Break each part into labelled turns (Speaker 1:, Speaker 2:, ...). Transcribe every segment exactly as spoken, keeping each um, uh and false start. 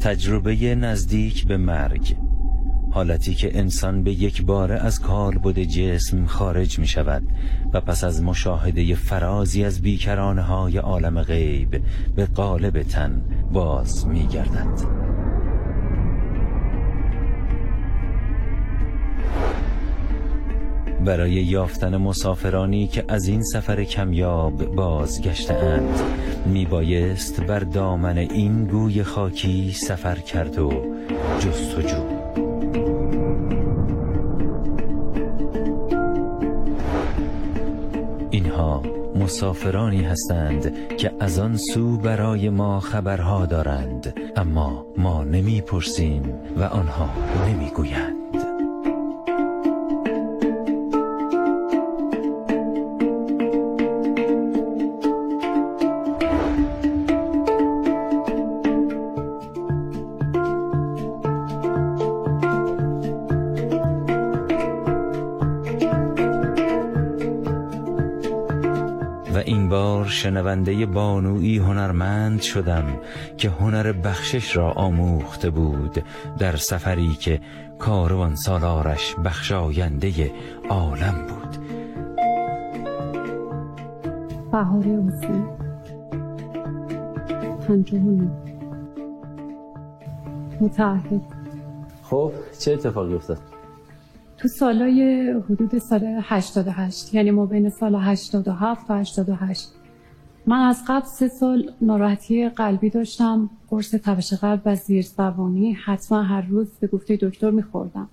Speaker 1: تجربه نزدیک به مرگ، حالتی که انسان به یک باره از کالبد جسم خارج می شود و پس از مشاهده فرازی از بیکرانه های عالم غیب به قالب تن باز می گردد. برای یافتن مسافرانی که از این سفر کمیاب بازگشته اند می بایست بر دامن این گوی خاکی سفر کرد و جستجو. اینها مسافرانی هستند که از آن سو برای ما خبرها دارند، اما ما نمی پرسیم و آنها نمی گویند. و این بار شنونده بانویی هنرمند شدم که هنر بخشش را آموخته بود در سفری که کاروان سالارش بخشاینده عالم بود.
Speaker 2: بهار حسین پنجاه و نه متعهد.
Speaker 3: خب چه اتفاقی افتاد؟
Speaker 2: تو سالای حدود سال هشتاد و هشت، یعنی ما بین سال هشتاد و هفت تا هشتاد و هشت، من از قبل سه سال ناراحتی قلبی داشتم، قرص تپش قلب و زیرزبانی حتما هر روز به گفته دکتر میخوردم.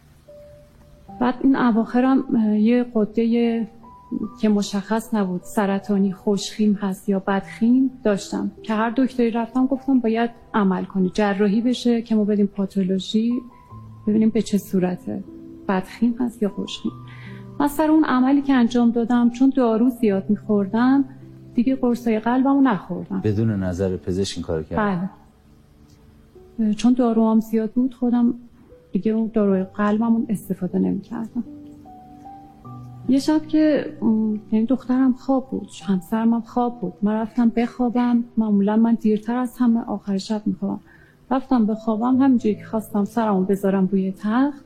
Speaker 2: بعد این اواخرم یه غده که مشخص نبود سرطانی خوشخیم هست یا بدخیم داشتم که هر دکتری رفتم گفتم باید عمل کنی، جراحی بشه که ما بدیم پاتولوژی ببینیم به چه صورته، بدخیم هست یا خوشخیم. من سر اون عملی که انجام دادم چون دارو زیاد میخوردم دیگه قرصای قلبمو نخوردم.
Speaker 3: بدون نظر پزشک این کارو کردم؟
Speaker 2: بله، چون داروام زیاد بود خودم دیگه اون داروی قلبمون استفاده نمیکردم. یه شب که یعنی دخترم خواب بود، همسرم هم خواب بود، من رفتم بخوابم. معمولا من دیرتر از همه آخر شب میخوابم. رفتم بخوابم، همینجوری که خواستم سرمو بذارم روی تخت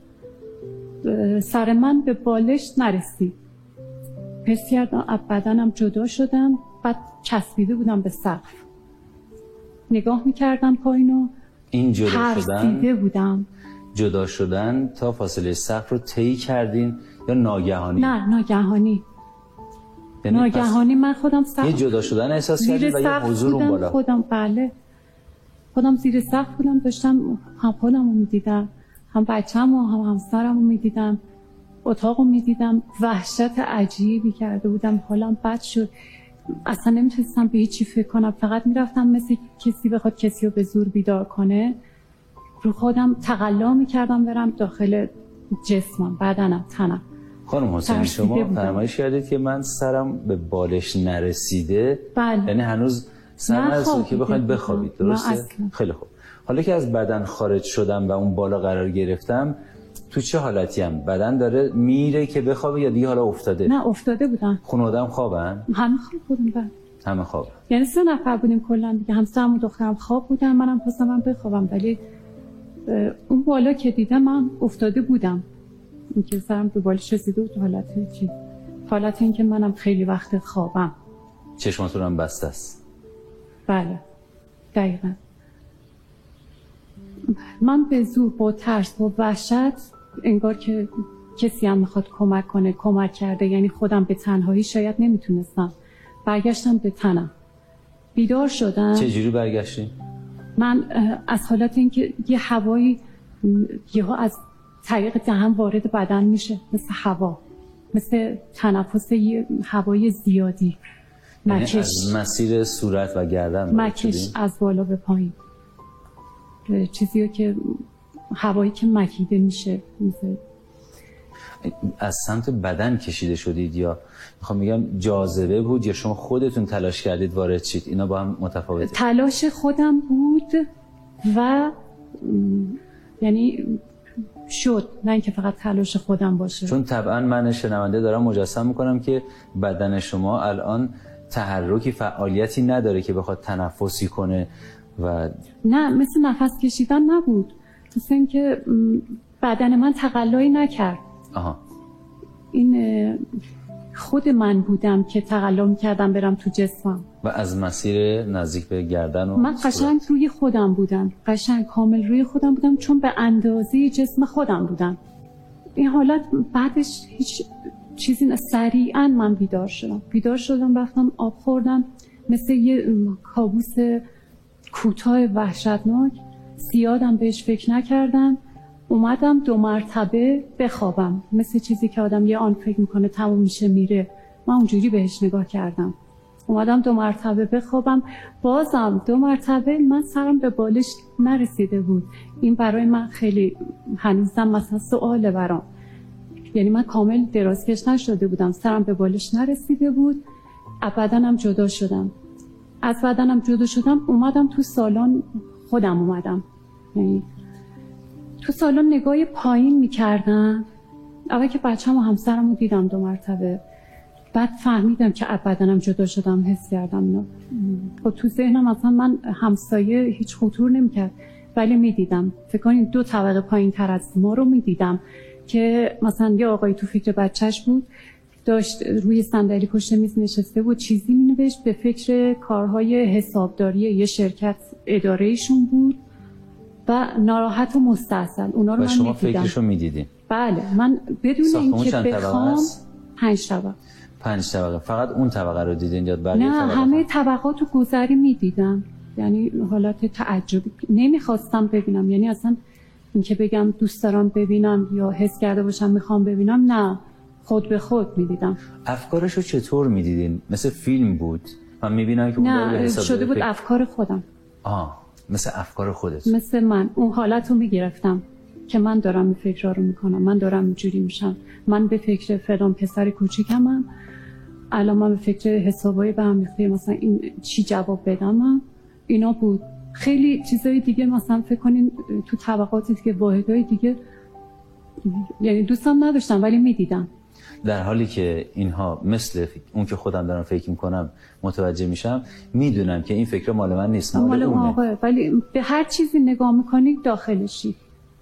Speaker 2: سر من به بالش نرسید، حس کردم از بدنم جدا شدم، بعد چسبیده بودم به سقف، نگاه میکردم پایینو،
Speaker 3: این جدا شدن
Speaker 2: بودم.
Speaker 3: جدا شدن تا فاصله سقف رو طی کردین یا ناگهانی؟
Speaker 2: نه ناگهانی. یعنی ناگهانی من خودم سقف
Speaker 3: یه جدا شدن احساس کردی و یه حضور اون بالا؟
Speaker 2: خودم بله، خودم زیر سقف بودم، داشتم هم خودم رو میدیدم، هم بچه‌م و هم همسرم رو میدیدم، اتاق رو میدیدم. وحشت عجیبی کرده بودم، حالم بد شد، اصلا نمیتونستم به هیچی فکر کنم، فقط میرفتم مثل کسی بخواد کسی رو به زور بیدار کنه، رو خودم تقلا میکردم برم داخل جسمم، بدنم، تنم.
Speaker 3: خانم حسین شما فرمایش کردید که من سرم به بالش نرسیده.
Speaker 2: بله.
Speaker 3: یعنی هنوز سر نرسید که بخواید بخوابید، درسته؟ خیلی خوب. حالا که از بدن خارج شدم و اون بالا قرار گرفتم، تو چه حالتی هم؟ بدن داره میره که بخوابه یا دیگه حالا افتاده؟
Speaker 2: نه افتاده بودن.
Speaker 3: خانواده‌ام خوابن؟
Speaker 2: همه خواب بودن.
Speaker 3: همه خواب. یعنی
Speaker 2: سه نفر بودیم کلا دیگه، همسرم و دخترم خواب بودن، منم خواستم من بخوابم، ولی اون بالا که دیدم من افتاده بودم، این که سرم به بالش رسیده بود، حالت چی؟ حالت این که منم خیلی وقت خوابم،
Speaker 3: چشماتون هم بسته است.
Speaker 2: بله دقیقاً. من به زور با ترس با وحشت انگار که کسی هم میخواد کمک کنه کمک کرده، یعنی خودم به تنهایی شاید نمیتونستم، برگشتم به تنم، بیدار شدم.
Speaker 3: چه جوری برگشتین؟
Speaker 2: من از حالت اینکه یه هوایی یهو از طریق دهن وارد بدن میشه، مثل هوا، مثل تنفس یه هوای زیادی، مکش،
Speaker 3: از مسیر صورت و گردن
Speaker 2: مکش از بالا به پایین، چیزی که هوایی که مکیده میشه. مثل
Speaker 3: از سمت بدن کشیده شدید یا میخوام میگم جاذبه بود یا شما خودتون تلاش کردید وارد شید؟ اینا با هم متفاوته.
Speaker 2: تلاش خودم بود و یعنی شد، نه اینکه فقط تلاش خودم باشه.
Speaker 3: چون طبعا من شنونده دارم مجسم میکنم که بدن شما الان تحرکی، فعالیتی نداره که بخواد تنفسی کنه و
Speaker 2: نه مثل نفس کشیدن نبود، مثل این که بدن من تقلایی نکرد.
Speaker 3: آها.
Speaker 2: این خود من بودم که تقلا می‌کردم برم تو جسمم
Speaker 3: و از مسیر نزدیک به گردن و
Speaker 2: من قشنگ روی خودم بودم، قشنگ کامل روی خودم بودم، چون به اندازه جسم خودم بودم. این حالت بعدش هیچ چیزی نه، سریعا من بیدار شدم بیدار شدم رفتم آب خوردم، مثل یه کابوس کوتاه وحشتناک، زیادم بهش فکر نکردم، اومدم دو مرتبه بخوابم، مثل چیزی که آدم یه آن فکر میکنه تموم میشه میره، من اونجوری بهش نگاه کردم. اومدم دو مرتبه بخوابم، بازم دو مرتبه من سرم به بالش نرسیده بود. این برای من خیلی هنوزم مثلا سواله برام، یعنی من کامل درازکش نشده بودم، سرم به بالش نرسیده بود. از بدنم جدا شدم از بدنم جدا شدم اومدم تو سالن خودم اومدم، یعنی تو سالن نگاه پایین میکردم. اول که بچه‌م و همسرم رو دیدم دو مرتبه، بعد فهمیدم که از بدنم جدا شدم، حس کردم اینا. خب تو ذهنم اصلا من همسایه هیچ خطور نمیکرد، ولی میدیدم، فکر کنید دو طبقه پایین تر از ما رو میدیدم که مثلا یه آقایی تو فکر بچهش بود، داشت روی صندلی پشت میز نشسته بود، چیزی مینوشت، به فکر کارهای حسابداری یه شرکت اداره ایشون بود و ناراحت و مستعصل. اونا رو
Speaker 3: و
Speaker 2: من
Speaker 3: شما
Speaker 2: میدیدم.
Speaker 3: فکرشو میدیدین؟
Speaker 2: بله، من بدون اینکه بخوام. پنج طبقه.
Speaker 3: پنج طبقه. فقط اون طبقه رو دیدین یا بقیه
Speaker 2: نه،
Speaker 3: طبقه؟
Speaker 2: همه طبقات رو گذری میدیدم، یعنی حالت تعجبی نمیخواستم ببینم، یعنی اصلا اینکه بگم دوست دارم ببینم یا حس کرده باشم میخوام ببینم، نه، خود به خود میدیدم.
Speaker 3: افکارشو چطور میدیدین؟ مثل فیلم بود؟ من میبینم که اون
Speaker 2: نه شده بود فکر... افکار خودم.
Speaker 3: آه، مثل افکار خودت.
Speaker 2: مثل من اون حالت رو میگرفتم که من دارم این فکرها رو میکنم، من دارم اینجوری میشم، من به فکر فلان پسر کوچیکمم، الان من به فکر حسابای به هم ریخته، مثلا این چی جواب بدم من. اینا بود. خیلی چیزای دیگه مثلا فکر کنین تو طبقات دیگه، واحدهای دیگه، یعنی دوستم نداشتم ولی میدیدم.
Speaker 3: در حالی که اینها مثل اون که خودم دارم فکر میکنم متوجه میشم، میدونم که این فکر مال من نیست، مال, مال اونه.
Speaker 2: آقای. ولی به هر چیزی نگاه میکنی داخلشی،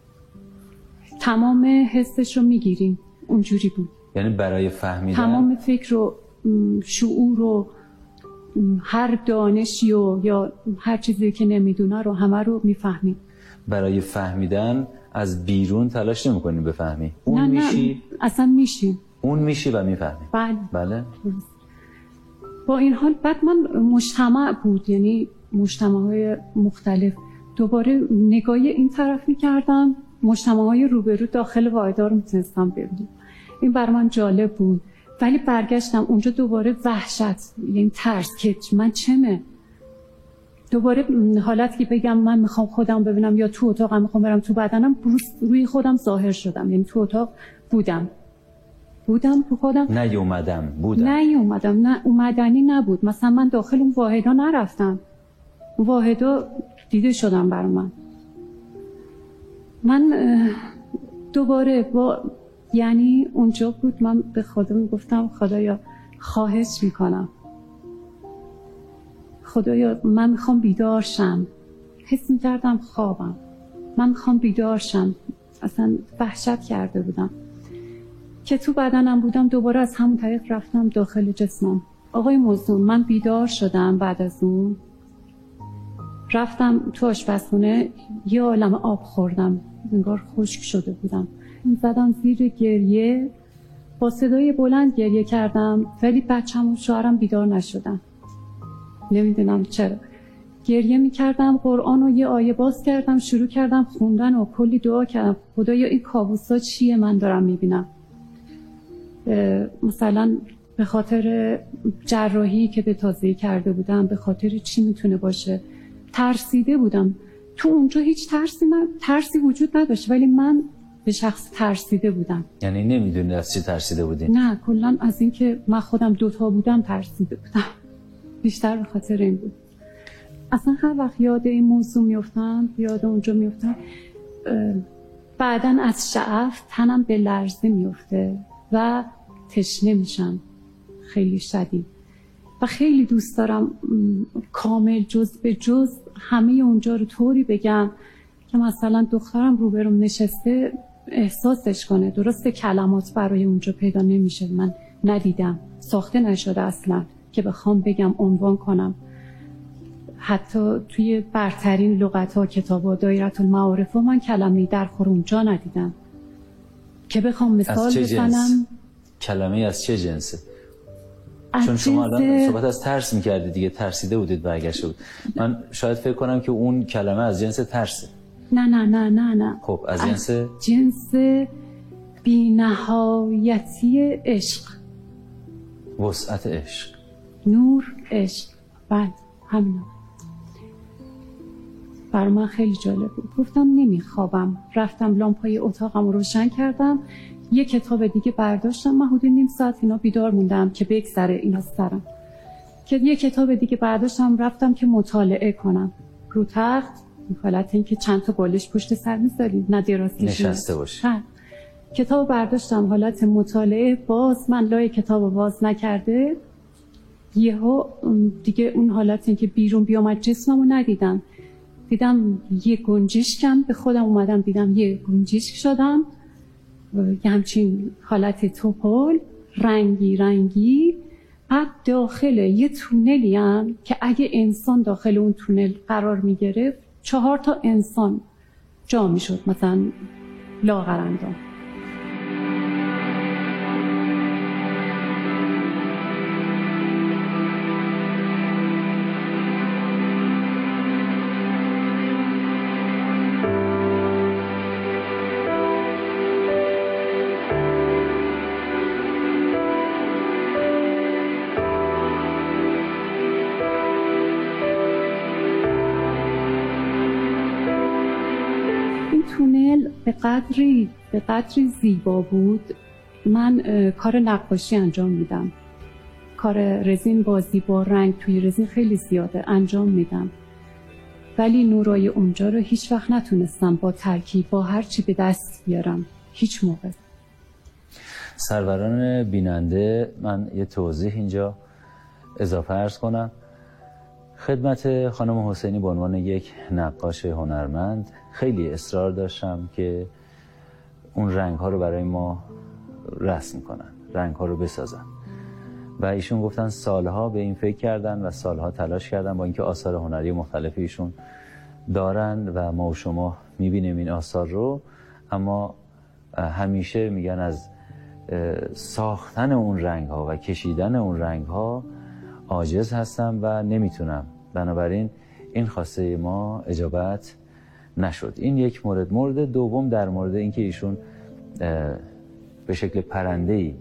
Speaker 2: تمام حسش رو میگیریم. اونجوری بود.
Speaker 3: یعنی برای فهمیدن
Speaker 2: تمام فکر و شعور و هر دانشی و یا هر چیزی که نمیدونه رو همه رو میفهمیم.
Speaker 3: برای فهمیدن از بیرون تلاش نمی‌کنی بفهمی، اون
Speaker 2: نه
Speaker 3: میشی.
Speaker 2: نه اصلا میشی
Speaker 3: اون میشی و میفهمی.
Speaker 2: بله
Speaker 3: بله.
Speaker 2: با این حال بعد من مجتمع بود، یعنی مجتمع‌های مختلف، دوباره نگاهی این طرف میکردم، مجتمع‌های روبرو داخل واحدها رو میتونستم ببینم. این بر من جالب بود. ولی برگشتم اونجا دوباره وحشت، یعنی ترس که من چمه، دوباره حالت که بگم من میخوام خودم ببینم یا تو اتاقم میخوام برم تو بدنم، روی خودم ظاهر شدم، یعنی تو اتاق بودم بودم تو خودم
Speaker 3: نیومدم بودم
Speaker 2: نیومدم نه اومدنی نبود. مثلا من داخل اون واحدا نرفتم، اون واحدا دیده شدم برای من. من دوباره با یعنی اونجا بود من به خودم گفتم خدایا خواهش میکنم، خدایا من میخوام بیدار شم. حس میکردم خوابم، من میخوام بیدار شم. اصلا وحشت کرده بودم که تو بدنم بودم. دوباره از همون طریق رفتم داخل جسمم. آقای موزون، من بیدار شدم. بعد از اون رفتم تو آشپزخونه، یه عالمه آب خوردم، انگار خشک شده بودم. زدم زیر گریه، با صدای بلند گریه کردم، ولی بچه‌م و شوهرم بیدار نشدن. نمیدونم چرا. گریه میکردم، قرآن رو یه آیه باز کردم، شروع کردم خوندن و کلی دعا کردم. خدایا این کابوسا چیه من دارم میبینم؟ مثلا به خاطر جراحی که به تازه‌ای کرده بودم، به خاطر چی میتونه باشه؟ ترسیده بودم. تو اونجا هیچ ترسی من ترسی وجود نداشت، ولی من به شخص ترسیده بودم.
Speaker 3: یعنی نمیدونی از چی ترسیده بودی؟
Speaker 2: نه، کلا از این که من خودم دوتا بودم ترسیده بودم. بیشتر به خاطر این بود. اصلا هر وقت یاد این موضوع میفتم، یاد اونجا میفتم، بعدن از شعف تنم به لرزه میفته و تشنه میشم خیلی شدید. و خیلی دوست دارم کامل جز به جز همه اونجا رو طوری بگم که مثلا دخترم روبروم نشسته احساسش کنه. درسته کلمات برای اونجا پیدا نمیشه، من ندیدم، ساخته نشده اصلا که بخوام بگم عنوان کنم. حتی توی برترین لغت‌ها، کتاب‌ها، دایره المعارف من کلمه‌ای در خور اونجا ندیدم که بخوام مثال بزنم.
Speaker 3: کلمه از چه جنسه؟ چون شما الان صحبت از ترس می‌کردید دیگه، ترسیده بودید برگشته بود. من شاید فکر کنم که اون کلمه از جنس ترسه.
Speaker 2: نه نه نه نه نه
Speaker 3: خب از جنس
Speaker 2: از جنس بی‌نهایتی عشق،
Speaker 3: وسعت عشق،
Speaker 2: نور عشق. بله همینا. برای من خیلی جالب بود. گفتم نمیخوابم، رفتم لامپای اتاقم رو روشن کردم، یه کتاب دیگه برداشتم. من حدود نیم ساعت اینا بیدار موندم که بگذره اینا سرم، که یه کتاب دیگه برداشتم رفتم که مطالعه کنم رو تخت. حالت این که چند تا بالش پشت سر میذاریم، نه درازی
Speaker 3: نشسته باشی.
Speaker 2: کتاب برداشتم حالت مطالعه، باز من لای کتاب باز نکرده یهو دیگه اون حالت این که بیرون بیامد جسممو ندیدم، دیدم یه گنجشکم به خودم اومدم، دیدم یه گنجشک شدم، یه همچین حالت توپل رنگی رنگی. بعد داخل یه تونلی هم که اگه انسان داخل اون تونل قرار میگرفت چهار تا انسان جا میشد، مثلا لاغرندان. تونل به قدری به قدری زیبا بود. من کار نقاشی انجام میدم، کار رزین بازی با رنگ توی رزین خیلی زیاده انجام میدم، ولی نورای اونجا رو هیچ وقت نتونستم با ترکیب با هر چی به دست بیارم، هیچ موقع.
Speaker 3: سروران بیننده، من یه توضیح اینجا اضافه عرض کنم خدمت خانم حسینی. به عنوان یک نقاش هنرمند خیلی اصرار داشتم که اون رنگ ها رو برای ما رسم کنن، رنگ ها رو بسازن، و ایشون گفتن سالها به این فکر کردن و سالها تلاش کردن، با اینکه آثار هنری مختلفی ایشون دارن و ما و شما میبینیم این آثار رو، اما همیشه میگن از ساختن اون رنگ ها و کشیدن اون رنگ ها عاجز هستم و نمیتونم، بنابراین این خواسته ما اجابت نشد. این یک مورد. مورد دوم در مورد اینکه ایشون به شکل پرنده‌ای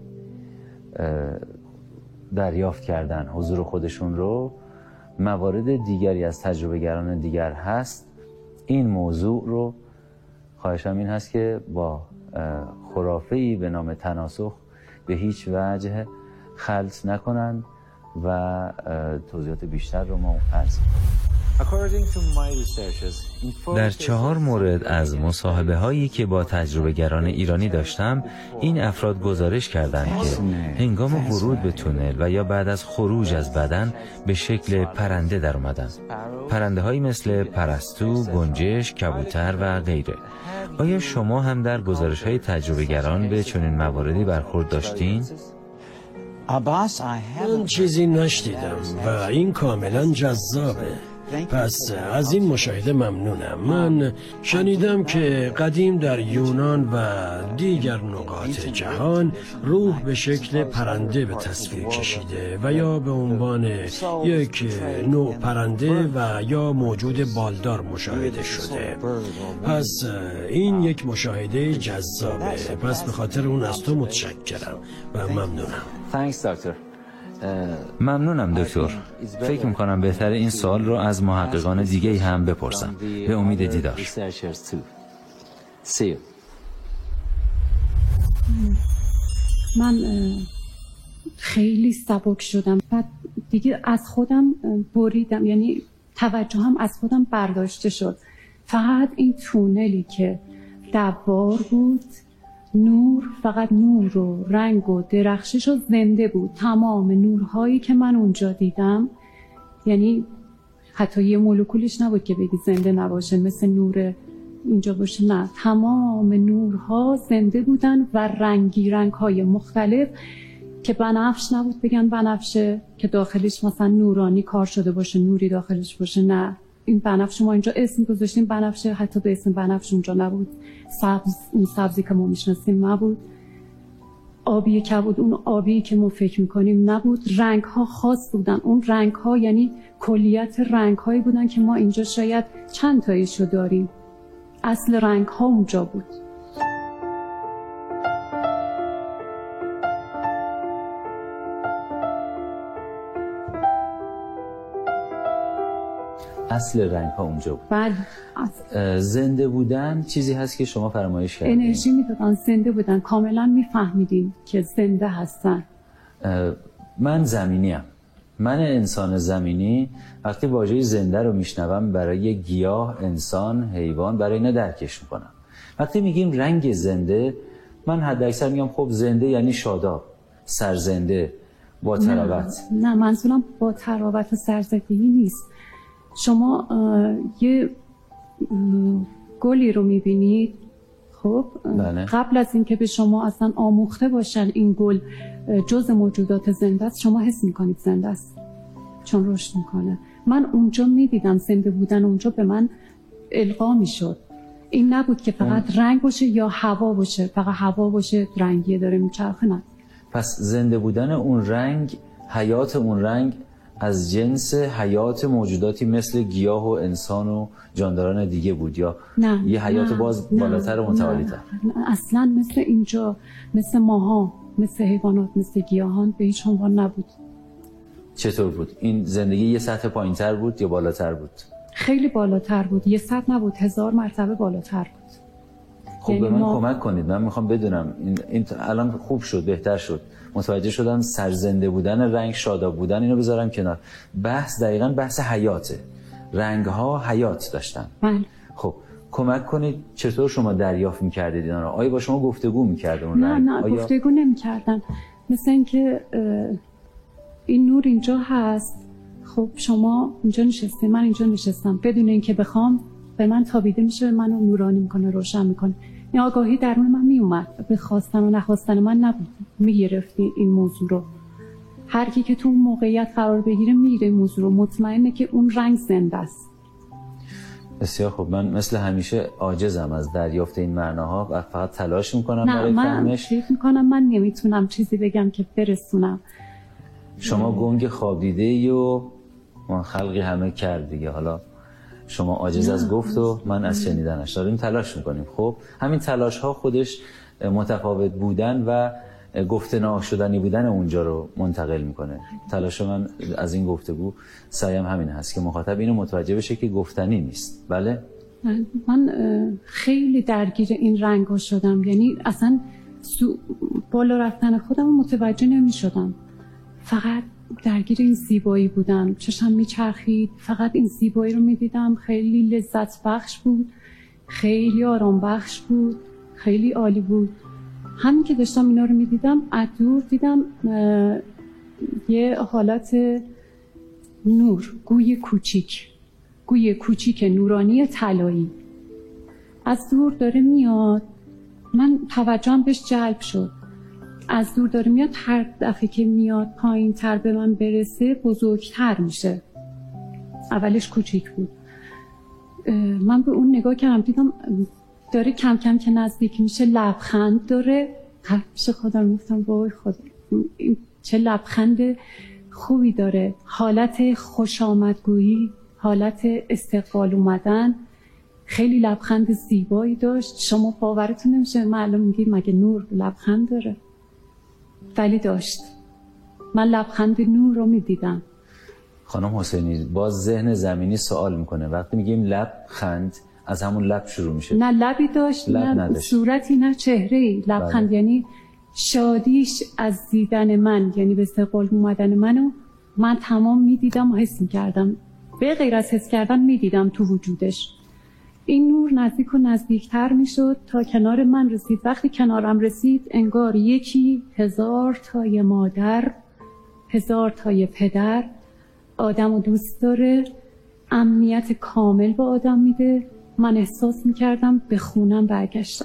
Speaker 3: دریافت کردن حضور خودشون رو، موارد دیگری از تجربه گران دیگر هست. این موضوع رو خواهشم این هست که با خرافه‌ای به نام تناسخ به هیچ وجه خلط نکنن و توضیحات بیشتر رو ما عرض
Speaker 1: در چهار مورد از مصاحبه هایی که با تجربه گران ایرانی داشتم، این افراد گزارش کردند که هنگام ورود به تونل و یا بعد از خروج از بدن به شکل پرنده در اومدن. پرنده هایی مثل پرستو، گنجش، کبوتر و غیره. آیا شما هم در گزارش های تجربه گران به چنین مواردی برخورد داشتین؟
Speaker 4: من چیزی نشنیدم و این کاملا جذابه، پس از این مشاهده ممنونم. من شنیدم که قدیم در یونان و دیگر نقاط جهان روح به شکل پرنده به تصویر کشیده و یا به عنوان یک نوع پرنده و یا موجود بالدار مشاهده شده. پس این یک مشاهده جذابه، پس به خاطر اون از تو متشکرم و ممنونم.
Speaker 3: Thanks, doctor.
Speaker 1: ممنونم دکتر. فکر میکنم بهتره این سوال رو از محققان دیگه هم بپرسم. به امید دیدار.
Speaker 2: من خیلی سبک شدم، بعد دیگه از خودم بریدم، یعنی توجهم از خودم برداشته شد. فقط این تونلی که دوار بود نور فقط نور و رنگ و درخشش و زنده بود. تمام نورهایی که من اونجا دیدم، یعنی حتی یه مولکولش نبود که بگی زنده نباشه مثل نور اینجا باشه، نه، تمام نورها زنده بودن و رنگی رنگهای مختلف که بنفش نبود بگن بنفشه که داخلش مثلا نورانی کار شده باشه، نوری داخلش باشه، نه، این بنفش ما اینجا اسم گذاشتیم بنفشه، حتی به اسم بنفش اونجا نبود. سبز، اون سبزی که ما میشناسیم نبود. آبی که بود اون آبی که ما فکر میکنیم نبود. رنگ ها خاص بودن. اون رنگ ها یعنی کلیت رنگ هایی بودن که ما اینجا شاید چند تایشو داریم. اصل رنگ ها اونجا بود.
Speaker 3: اصل رنگ ها اونجا بود.
Speaker 2: بله.
Speaker 3: زنده بودن چیزی هست که شما فرمایش کردین.
Speaker 2: انرژی میدادن، زنده بودن، کاملا میفهمیدین که زنده هستن.
Speaker 3: من زمینیم. من انسان زمینی وقتی واژه زنده رو میشنوم برای گیاه، انسان، حیوان، برای اینا درکش میکنم. وقتی میگیم رنگ زنده، من حد اکثر میگم خب زنده یعنی شاداب، سرزنده، با تراوت.
Speaker 2: نه, نه منظورم با تراوت و سرزندگی نیست. شما یه گلی رو میبینید، خب
Speaker 3: بله.
Speaker 2: قبل از اینکه به شما اصلا آموخته باشن این گل جز موجودات زنده است، شما حس میکنید زنده است چون رشد میکنه. من اونجا میدیدم زنده بودن، اونجا به من القا میشد. این نبود که فقط ام. رنگ باشه یا هوا باشه، فقط هوا باشه رنگیه داره میچرخه، نه.
Speaker 3: پس زنده بودن اون رنگ، حیات اون رنگ از جنس حیات موجوداتی مثل گیاه و انسان و جانداران دیگه بود یا
Speaker 2: نه،
Speaker 3: یه حیات
Speaker 2: نه،
Speaker 3: باز بالاتر و متعالی‌تر؟
Speaker 2: اصلا مثل اینجا، مثل ماها، مثل حیوانات، مثل گیاهان به هیچ عنوان نبود.
Speaker 3: چطور بود؟ این زندگی یه سطح پایین‌تر بود یا بالاتر بود؟
Speaker 2: خیلی بالاتر بود. یه سطح نبود، هزار مرتبه بالاتر بود.
Speaker 3: خب یعنی به من ما... کمک کنید، من میخوام بدونم. این, این الان خوب شد، بهتر شد، متوجه شدم. سرزنده بودن رنگ، شاداب بودن، اینو بذارم کنار. بحث دقیقاً بحث حیاته. رنگ ها حیات داشتن.
Speaker 2: بله.
Speaker 3: خب کمک کنید چطور شما دریافت میکردید اینا رو؟ آیا با شما گفتگو میکردن اون
Speaker 2: نه
Speaker 3: رنگ؟
Speaker 2: نه
Speaker 3: آیا...
Speaker 2: گفتگو نمیکردن. مثل اینکه این نور اینجا هست، خب شما اینجا نشستی، من اینجا نشستم، بدون اینکه بخوام به من تابیده میشه، منو نورانی میکنه، روشن میکنه. این آگاهی درون من میومد، به خواستن و نخواستن من نبود. میگرفتی این موضوع رو. هر کی که تو اون موقعیت قرار بگیره میره این موضوع رو، مطمئنه که اون رنگ زنده است.
Speaker 3: بسیار خوب. من مثل همیشه عاجزم از دریافت این معناها و فقط تلاش میکنم برای فهمش.
Speaker 2: من فکر میکنم من نمیتونم چیزی بگم که برسونم.
Speaker 3: شما گنگ خواب دیده ای و من خلقی همه کرد دیگه. حالا شما عاجز از گفت و من از شنیدنش. داریم تلاش میکنیم. خب همین تلاش ها خودش متفاوت بودن و گفته ناشدنی بودن اونجا رو منتقل میکنه. تلاش من از این گفتگو سعیم همین هست که مخاطب اینو متوجه بشه که گفتنی نیست. بله؟
Speaker 2: من خیلی درگیر این رنگ ها شدم. یعنی اصلا بالا رفتن خودم متوجه نمی شدم. فقط درگیر این زیبایی بودم. چشم میچرخید، فقط این زیبایی رو میدیدم. خیلی لذت بخش بود، خیلی آرام بخش بود، خیلی عالی بود. همین که داشتم اینا رو میدیدم، از دور دیدم یه حالت نور، گوی کوچیک، گوی کوچیک نورانی طلایی از دور داره میاد. من توجهم بهش جلب شد. از دور داره میاد، هر دفعه که میاد پایین تر به من برسه بزرگتر میشه. اولش کوچیک بود. من به اون نگاه کردم، دیدم داره کم کم که نزدیک میشه لبخند داره. پیش خودم گفتم وای خدا چه لبخند خوبی داره. حالت خوش آمدگویی، حالت استقبال اومدن، خیلی لبخند زیبایی داشت. شما باورتون نمیشه، معلوم میگید مگه نور لبخند داره؟ ولی داشت. من لبخند نور رو میدیدم.
Speaker 3: خانم حسینی، باز ذهن زمینی سوال میکنه. وقتی میگیم لبخند از همون لب شروع میشه؟
Speaker 2: نه لبی داشت،
Speaker 3: لب
Speaker 2: نه
Speaker 3: نداشت.
Speaker 2: صورتی، نه چهره‌ای. لبخند بله. یعنی شادیش از دیدن من، یعنی به استقبال اومدن منو من تمام میدیدم و حس میکردم. به غیر از حس کردن میدیدم تو وجودش. این نور نزدیک و نزدیکتر میشد تا کنار من رسید. وقتی کنارم رسید انگار یکی هزار تای مادر، هزار تای پدر آدم رو دوست داره، امنیت کامل به آدم میده. من احساس میکردم به خونم برگشتم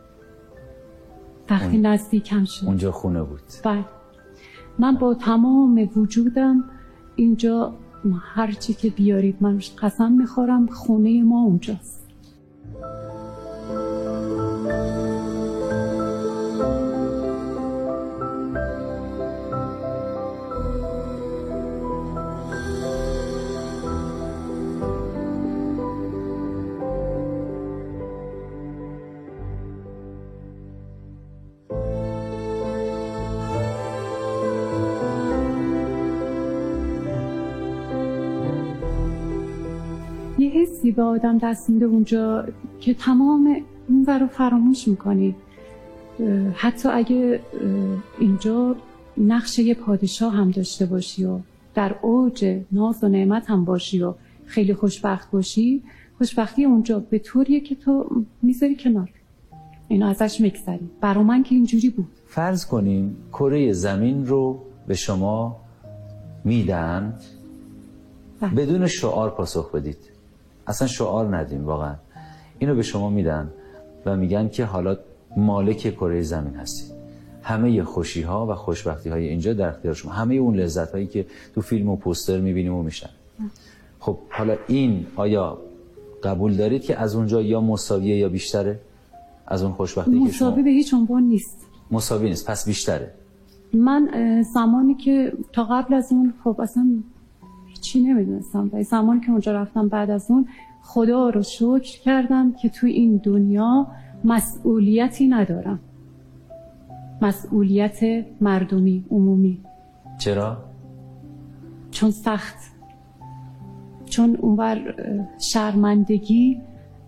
Speaker 2: وقتی نزدیکم شد.
Speaker 3: اونجا خونه بود؟
Speaker 2: بله. من با تمام وجودم اینجا هر چی که بیارید من قسم میخورم خونه ما اونجاست. یه حسی به آدم دست میده اونجا که تمام اون رو فراموش میکنی. حتی اگه اینجا نقش یه پادشاه هم داشته باشی و در اوج ناز و نعمت هم باشی و خیلی خوشبخت باشی، خوشبختی اونجا به طوریه که تو میذاری کنار، اینو ازش میگذری. برا من که اینجوری بود.
Speaker 3: فرض کنیم کره زمین رو به شما میدن بدون شعار پاسخ بدید، اصلا شعار ندیم، واقعا اینو به شما میدن و میگن که حالا مالک کره زمین هستید، همه خوشی ها و خوشبختی های اینجا در اختیار شما، همه اون لذت هایی که تو فیلم و پوستر میبینیم و میشن. خب حالا این آیا قبول دارید که از اونجا یا مساویه یا بیشتره از اون خوشبختی که شما؟
Speaker 2: مساوی به هیچ عنوان نیست.
Speaker 3: مساوی نیست، پس بیشتره.
Speaker 2: من زمانی که تا قبل از اون خب اصلا چی نمیدونستم، و زمانی که اونجا رفتم بعد از اون خدا رو شکر کردم که تو این دنیا مسئولیتی ندارم، مسئولیت مردمی عمومی.
Speaker 3: چرا؟
Speaker 2: چون سخت، چون اونور شرمندگی،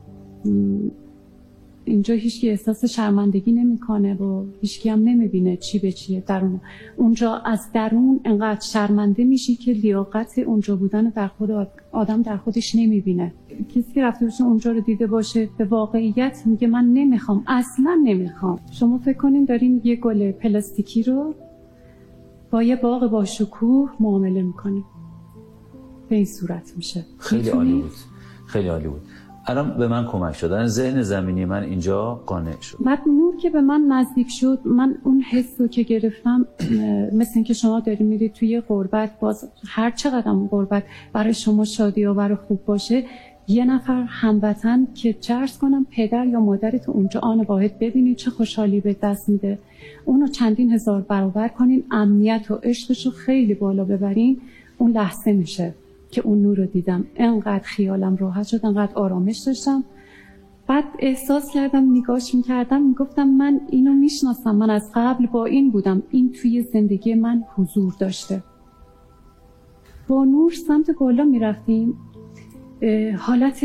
Speaker 2: اینجا هیچکی احساس شرمندگی نمیکنه و هیچکی هم نمیبینه چی به چیه درون. اونجا از درون انقدر شرمنده میشی که لیاقت اونجا بودن در خود آدم در خودش نمیبینه. کسی که رفته باشه اونجا رو دیده باشه به واقعیت میگه من نمیخوام، اصلا نمیخوام. شما فکر کنین دارین یه گل پلاستیکی رو با یه باغ با شکوه معامله میکنین، به این صورت میشه.
Speaker 3: خیلی عالی بود، خیلی عالی بود. الان به من کمک شدن، ذهن زمینی من اینجا قانع شد.
Speaker 2: بعد نور که به من نزدیک شد، من اون حس رو که گرفتم مثل این که شما داری میرید توی غربت، باز هر چقدر غربت برای شما شادی و برای خوب باشه، یه نفر هموطن که چرس کنم پدر یا مادرت اونجا آن واحد ببینید چه خوشحالی به دست میده، اونو چندین هزار برابر کنین، امنیت و عشقش رو خیلی بالا ببرین، اون لحظه میشه که اون نور رو دیدم. انقدر خیالم راحت شد، انقدر آرامش داشتم. بعد احساس کردم نگاش میکردم میگفتم من اینو میشناسم، من از قبل با این بودم، این توی زندگی من حضور داشته. با نور سمت بالا میرفتیم، حالت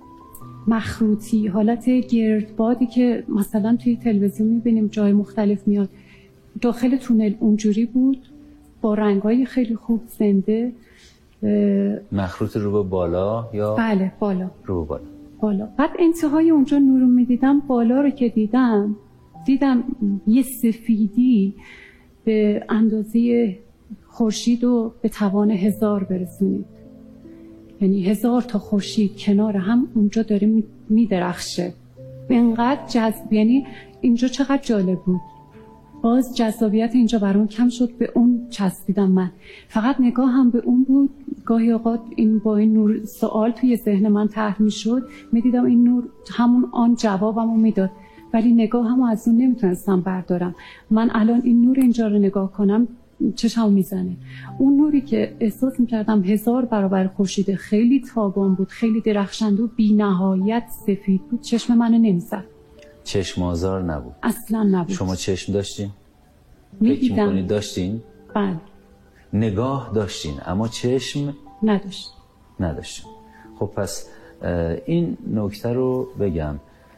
Speaker 2: مخروطی، حالت گردبادی که مثلا توی تلویزیون میبینیم جای مختلف میاد، داخل تونل اونجوری بود، با رنگای خیلی خوب زنده.
Speaker 3: مخروط رو به بالا یا؟
Speaker 2: بله بالا.
Speaker 3: رو به بالا.
Speaker 2: بالا. بعد انتهای اونجا نور رو میدیدم، بالا رو که دیدم دیدم یه سفیدی به اندازه خورشید و به توان هزار برسونید، یعنی هزار تا خورشید کنار هم اونجا داره میدرخشه. انقدر جذب، یعنی اینجا چقدر جالب بود. باز جذابیت اینجا برام کم شد، به اون چسبیدم من. فقط نگاه هم به اون بود. گاهی اوقات این با این نور سوال توی ذهن من طرح میشد، میدیدم این نور همون آن جوابمو میداد، ولی نگاه هم از اون نمیتونستم بردارم. من الان این نور اینجا رو نگاه کنم چشم میزنه. اون نوری که احساس میکردم هزار برابر خورشید، خیلی تابان بود، خیلی درخشنده و بی نهایت سفید بود، چشم منو نمیزد.
Speaker 3: چشم آزار نبود؟
Speaker 2: اصلا نبود.
Speaker 3: شما چشم داشتین؟
Speaker 2: میدیدم.
Speaker 3: فکر میکنید داشتین؟
Speaker 2: بله.
Speaker 3: نگاه داشتین اما چشم
Speaker 2: نداشت.
Speaker 3: نداشتین. خب پس این نکته رو بگم،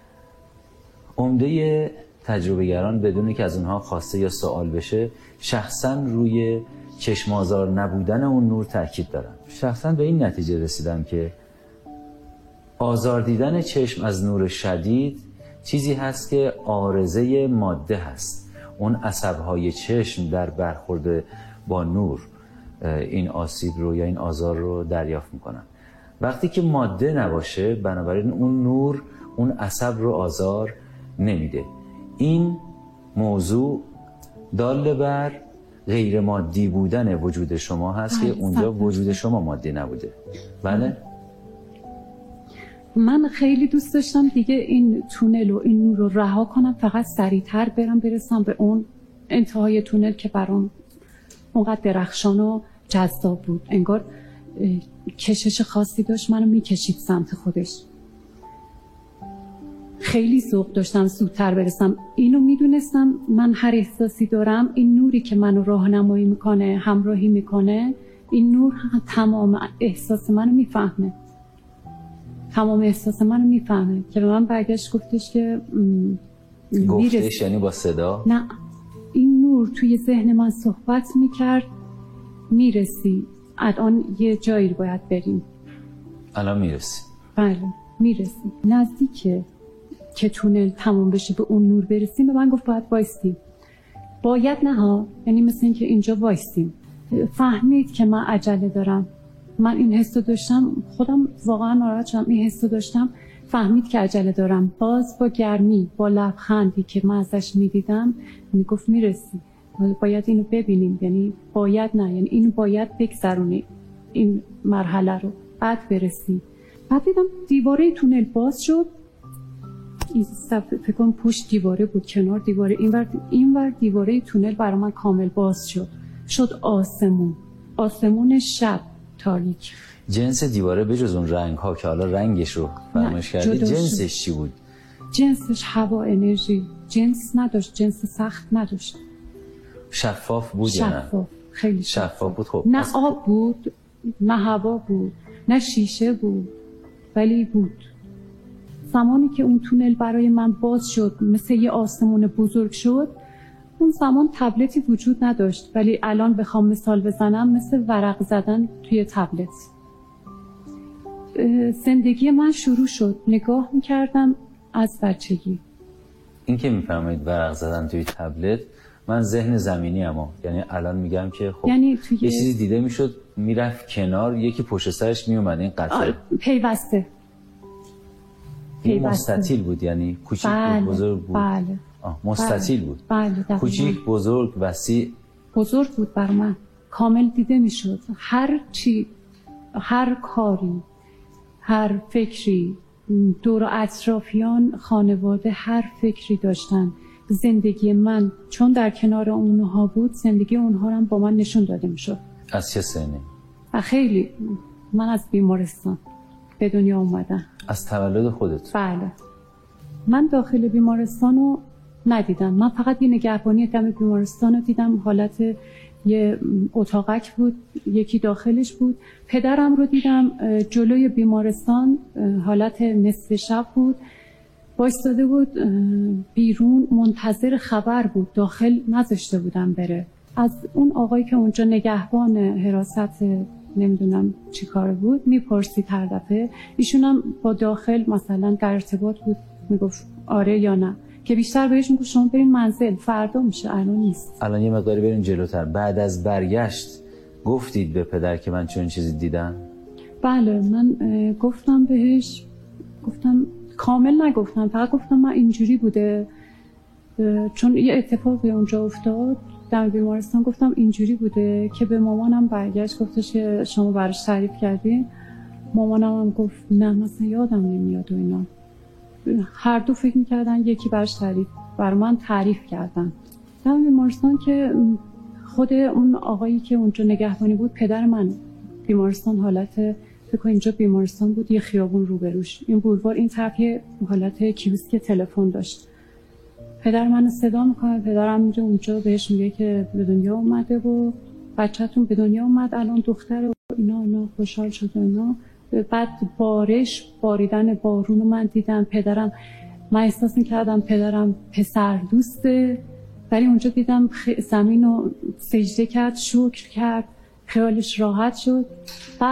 Speaker 3: عمده تجربه‌گران بدون که از اونها خواسته یا سوال بشه شخصا روی چشم آزار نبودن اون نور تاکید دارن. شخصا به این نتیجه رسیدم که آزار دیدن چشم از نور شدید چیزی هست که عارضه ماده هست. اون عصبهای چشم در برخورد با نور این آسیب رو یا این آزار رو دریافت میکنن. وقتی که ماده نباشه بنابراین اون نور اون عصب رو آزار نمیده. این موضوع دال بر غیر مادی بودن وجود شما هست که اونجا وجود شما مادی نبوده. بله؟
Speaker 2: من خیلی دوست داشتم دیگه این تونل و این نور رو رها کنم، فقط سریعتر برم برسم به اون انتهای تونل که برام اونقدر درخشان و جذاب بود. انگار کشش خاصی داشت منو میکشید سمت خودش. خیلی ذوق داشتم زودتر برسم. اینو میدونستم من هر احساسی دارم، این نوری که منو راهنمایی میکنه، همراهی میکنه، این نور تمام احساس منو میفهمه. تمام احساس منو میفهمه که به من برگشت گفتش که
Speaker 3: گفتش یعنی با صدا؟
Speaker 2: نه، این نور توی ذهن من صحبت میکرد، میرسی الان یه جایی باید بریم.
Speaker 3: الان میرسی؟
Speaker 2: بله میرسی. نزدیکه که تونل تموم بشه به اون نور برسیم به من گفت باید وایستیم. باید نه ها، یعنی مثل این که اینجا وایستیم. فهمید که من عجله دارم. من این حسو داشتم، خودم واقعا ناراحت شدم، این حسو داشتم. فهمید که عجله دارم. باز با گرمی، با لبخندی که من ازش میدیدم میگفت میرسی، باید اینو ببینیم، یعنی باید نه، یعنی اینو باید بگذرونی این مرحله رو، بعد برسی. بعد دیدم دیواره تونل باز شد. این فکر کنم پشت دیواره بود، کنار دیواره، اینور اینور دیواره تونل برای من کامل باز شد. شد آسمون، آسمون شب تاریک.
Speaker 3: جنس دیواره بجز اون رنگ ها که حالا رنگش رو فراموش کردی، جنسش چی بود؟
Speaker 2: جنسش هوا، انرژی. جنس نداشت، جنس سخت نداشت.
Speaker 3: شفاف بود یا نه؟
Speaker 2: شفاف، خیلی شفاف,
Speaker 3: شفاف بود. خب
Speaker 2: نه آب بود، نه هوا بود، نه شیشه بود، ولی بود. زمانی که اون تونل برای من باز شد مثل یه آسمون بزرگ شد، اون زمان تبلتی وجود نداشت، ولی الان بخوام مثال بزنم مثل ورق زدن توی تبلت. زندگی من شروع شد. نگاه میکردم از بچگی.
Speaker 3: این که میفرمایید ورق زدن توی تبلت، من ذهن زمینی اما یعنی الان میگم که خب
Speaker 2: یعنی توی...
Speaker 3: یه چیزی دیده میشد میرفت کنار، یکی پشت سرش میومد این قطعه
Speaker 2: پیوسته.
Speaker 3: این مستطیل بود یعنی کوچیک
Speaker 2: بله،
Speaker 3: بود بزرگ بود؟
Speaker 2: بله.
Speaker 3: آه مستطیل بود.
Speaker 2: بله.
Speaker 3: کوچیک بزرگ وسیع.
Speaker 2: بزرگ بود بر من، کامل دیده میشد. هر چی، هر کاری، هر فکری، دور و اطرافیان، خانواده هر فکری داشتن. زندگی من چون در کنار اونها بود، زندگی اونها هم با من نشون داده میشد.
Speaker 3: از چه سنی؟
Speaker 2: خیلی. من از بیمارستان به دنیا اومدم.
Speaker 3: از تولد خودت؟
Speaker 2: بله. من داخل بیمارستان رو ندیدم. من فقط یه نگهبانی دم بیمارستان رو دیدم. حالت یه اتاقک بود، یکی داخلش بود. پدرم رو دیدم جلوی بیمارستان، حالت نصف شب بود، بایستاده بود بیرون، منتظر خبر بود. داخل نذاشته بودم بره. از اون آقایی که اونجا نگهبان حراست نمیدونم چی کار بود میپرسید هر دفعه. ایشون هم با داخل مثلا در ارتباط بود، میگفت آره یا نه، که بیشتر بهش میگفت شما برین منزل، فردا میشه، الان نیست.
Speaker 3: الان یه مقداری برین جلوتر. بعد از برگشت گفتید به پدر که من چون چیزی دیدم؟
Speaker 2: بله، من گفتم بهش، گفتم کامل نگفتم، فقط گفتم من اینجوری بوده، چون یه اتفاقی اونجا افتاد در بیمارستان. گفتم اینجوری بوده که به مامانم برگشت گفتش که شما براش تعریف کردین. مامانم هم گفت نه مثلا یادم نمیاد و اینا. هر دو فکر میکردن یکی براش تعریف، بر من تعریف کردن. در بیمارستان که خود اون آقایی که اونجا نگهبانی بود پدر من، بیمارستان حالت فکر کنم اینجا بیمارستان بود، یه خیابون روبروش، این بولوار این طرف یه حالت کیوسک تلفن داشت. پدر منو صدا میکنه، پدرم میره اونجا بهش میگه که به دنیا اومده و بچه‌تون به دنیا اومد، الان دختره و اینا اینا خوشحال شد و اینا. بعد بارش، باریدن بارون رو من دیدم. پدرم، من احساس میکردم پدرم پسر دوسته، ولی اونجا دیدم زمین رو سجده کرد، شکر کرد، خیالش راحت شد. بعد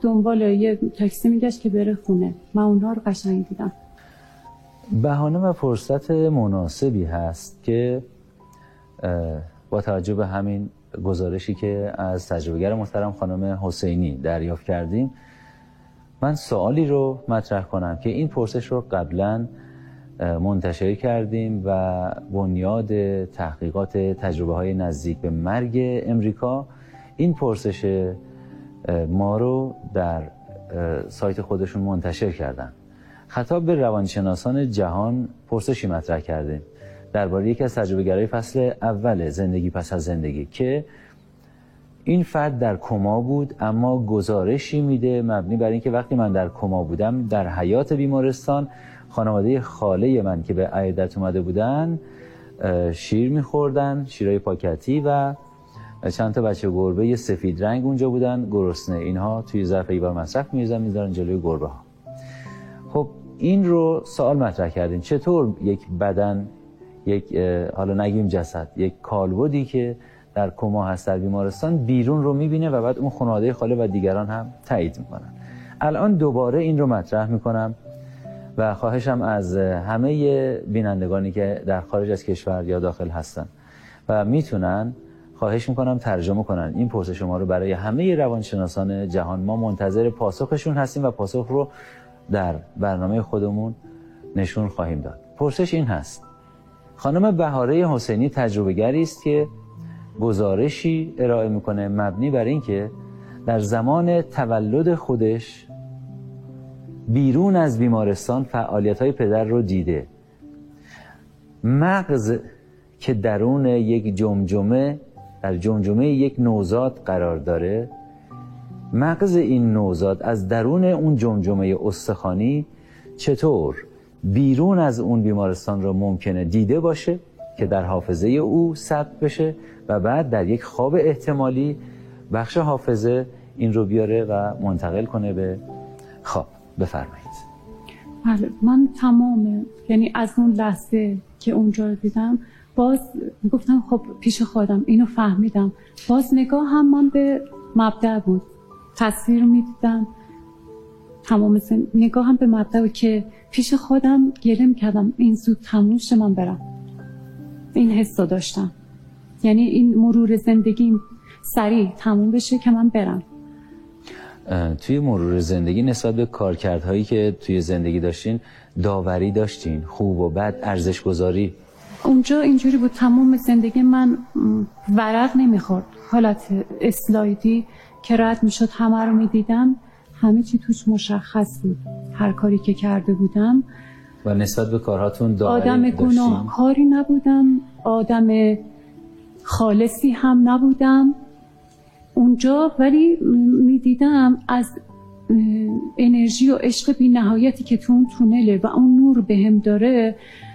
Speaker 2: دنبال یه تاکسی میگشت که بره خونه. من اونها رو قشنگ دیدم.
Speaker 3: بهانه و فرصت مناسبی هست که با توجه به همین گزارشی که از تجربه‌گر محترم خانم حسینی دریافت کردیم، من سوالی رو مطرح کنم که این پرسش رو قبلا منتشر کردیم و بنیاد تحقیقات تجربه های نزدیک به مرگ امریکا این پرسش ما رو در سایت خودشون منتشر کردن. خطاب به روانشناسان جهان پرسشی مطرح کردیم درباره یکی از تجربه‌گرای فصل اول زندگی پس از زندگی که این فرد در کما بود، اما گزارشی میده مبنی بر اینکه وقتی من در کما بودم در حیاط بیمارستان خانواده خاله من که به عیادت اومده بودن شیر میخوردن، شیرای پاکتی، و چند تا بچه گربه سفید رنگ اونجا بودن گرسنه. اینها توی ظرف ایوار مصرف میریزن میذارن جلوی گربه ها. خب این رو سوال مطرح کردیم چطور یک بدن، یک حالا نگیم جسد، یک کالبدی که در کما هست در بیمارستان بیرون رو میبینه و بعد اون خانواده خاله و دیگران هم تایید میکنن. الان دوباره این رو مطرح میکنم و خواهشم از همه بینندگانی که در خارج از کشور یا داخل هستن و میتونن، خواهش میکنم ترجمه کنن این پرسش ما رو برای همه روانشناسان جهان. ما منتظر پاسخشون هستیم و پاسخ رو در برنامه خودمون نشون خواهیم داد. پرسش این هست: خانم بهاره حسینی تجربه‌گری است که گزارشی ارائه میکنه مبنی بر اینکه در زمان تولد خودش بیرون از بیمارستان فعالیت‌های پدر رو دیده. مغز که درون یک جمجمه، در جمجمه یک نوزاد قرار داره، مغز این نوزاد از درون اون جمجمه استخوانی چطور بیرون از اون بیمارستان رو ممکنه دیده باشه که در حافظه او ثبت بشه و بعد در یک خواب احتمالی بخش حافظه این رو بیاره و منتقل کنه به خواب. بفرمایید.
Speaker 2: بله، من تمام، یعنی از اون لحظه که اونجا رو دیدم باز گفتم خب پیش خودم اینو فهمیدم. باز نگاه هم من به مبدأ بود، تصویر میدیدم، تمام سن... نگاه هم به مبدأ بود که پیش خودم گله میکردم این زود تموم شه من برم. این حس رو داشتم، یعنی این مرور زندگی سریع تموم بشه که من برم.
Speaker 3: توی مرور زندگی نسبت به کارکردهایی که توی زندگی داشتین داوری داشتین، خوب و بد، ارزش گذاری؟
Speaker 2: اونجا اینجوری بود تمام زندگی من ورق نمیخورد، حالت اسلایدی که رد میشد همه رو میدیدم، همه چی توش مشخص بود، هر کاری که کرده بودم.
Speaker 3: و نسبت به کارهاتون داوری
Speaker 2: آدم گناهکاری نبودم، آدم خالصی هم نبودم اونجا، ولی میدیدم از انرژی و عشق بی نهایتی که تو اون تونله و اون نور بهم داره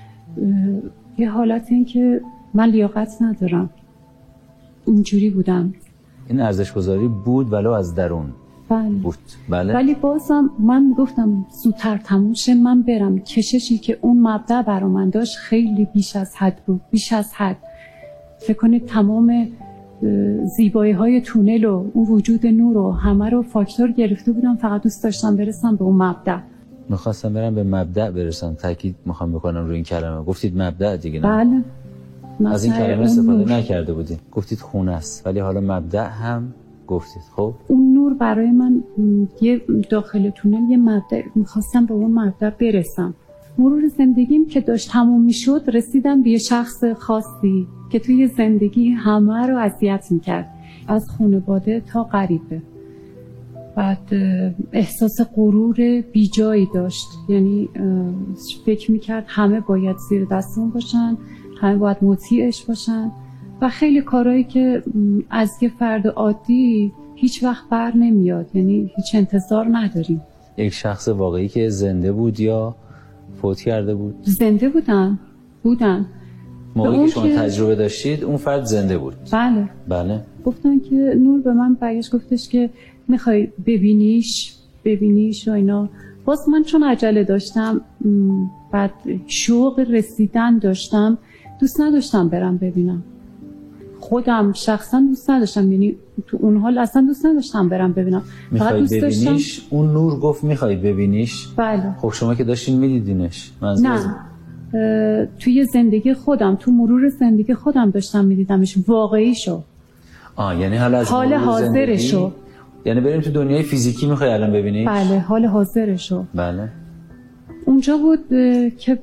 Speaker 2: یه حالت این که من لیاقت ندارم. اینجوری بودم. این
Speaker 3: ارزش گذاری بود ولو از درون.
Speaker 2: بله.
Speaker 3: بود. بله.
Speaker 2: ولی بازم من گفتم زودتر تموم شه من برم. کششی که اون مبدأ برا من داشت خیلی بیش از حد بود، بیش از حد. فکر کنید تمام زیبایی های تونل و اون وجود نور و همه رو فاکتور گرفته بودم، فقط دوست داشتم برسم به اون مبدأ.
Speaker 3: میخواستم برم به مبدأ برسم. تاکید میخوام بکنم روی این کلمه. گفتید مبدأ دیگه نه؟
Speaker 2: بله.
Speaker 3: از این کلمه استفاده نور. نکرده بودید. گفتید خونه است، ولی حالا مبدأ هم گفتید. خب
Speaker 2: اون نور برای من یه داخل تونل یه مبدأ، میخواستم به اون مبدأ برسم. مرور زندگیم که داشت تموم میشد رسیدم به یه شخص خاصی که توی زندگی همه رو اذیت میکرد، از خانواده تا غریبه. بعد احساس غرور بیجایی داشت، یعنی فکر میکرد همه باید زیر دستون باشن، همه باید مطیعش باشن و خیلی کارهایی که از یه فرد عادی هیچ وقت بر نمیاد، یعنی هیچ انتظار نداریم.
Speaker 3: یک شخص واقعی که زنده بود یا فوت کرده بود؟
Speaker 2: زنده بودن بودن
Speaker 3: موقعی که شما تجربه داشتید اون فرد زنده بود؟
Speaker 2: بله.
Speaker 3: بله.
Speaker 2: گفتن که نور به من برگشت گفتش که میخوای ببینیش ببینیش و اینا. باز من چون عجله داشتم، بعد شوق رسیدن داشتم، دوست نداشتم برم ببینم. خودم شخصا دوست نداشتم، یعنی تو اون حال اصلا دوست نداشتم برم ببینم.
Speaker 3: فقط دوست داشتم ببینیش. اون نور گفت میخوای ببینیش؟
Speaker 2: بله.
Speaker 3: خب شما که داشتین میدیدینش؟
Speaker 2: نه توی زندگی خودم، تو مرور زندگی خودم داشتم میدیدمش، واقعیشو.
Speaker 3: آه یعنی حالا از
Speaker 2: حال حاضرشو،
Speaker 3: یعنی بریم تو دنیای فیزیکی میخوای الان ببینیش؟
Speaker 2: بله حال حاضرشو.
Speaker 3: بله.
Speaker 2: اونجا بود که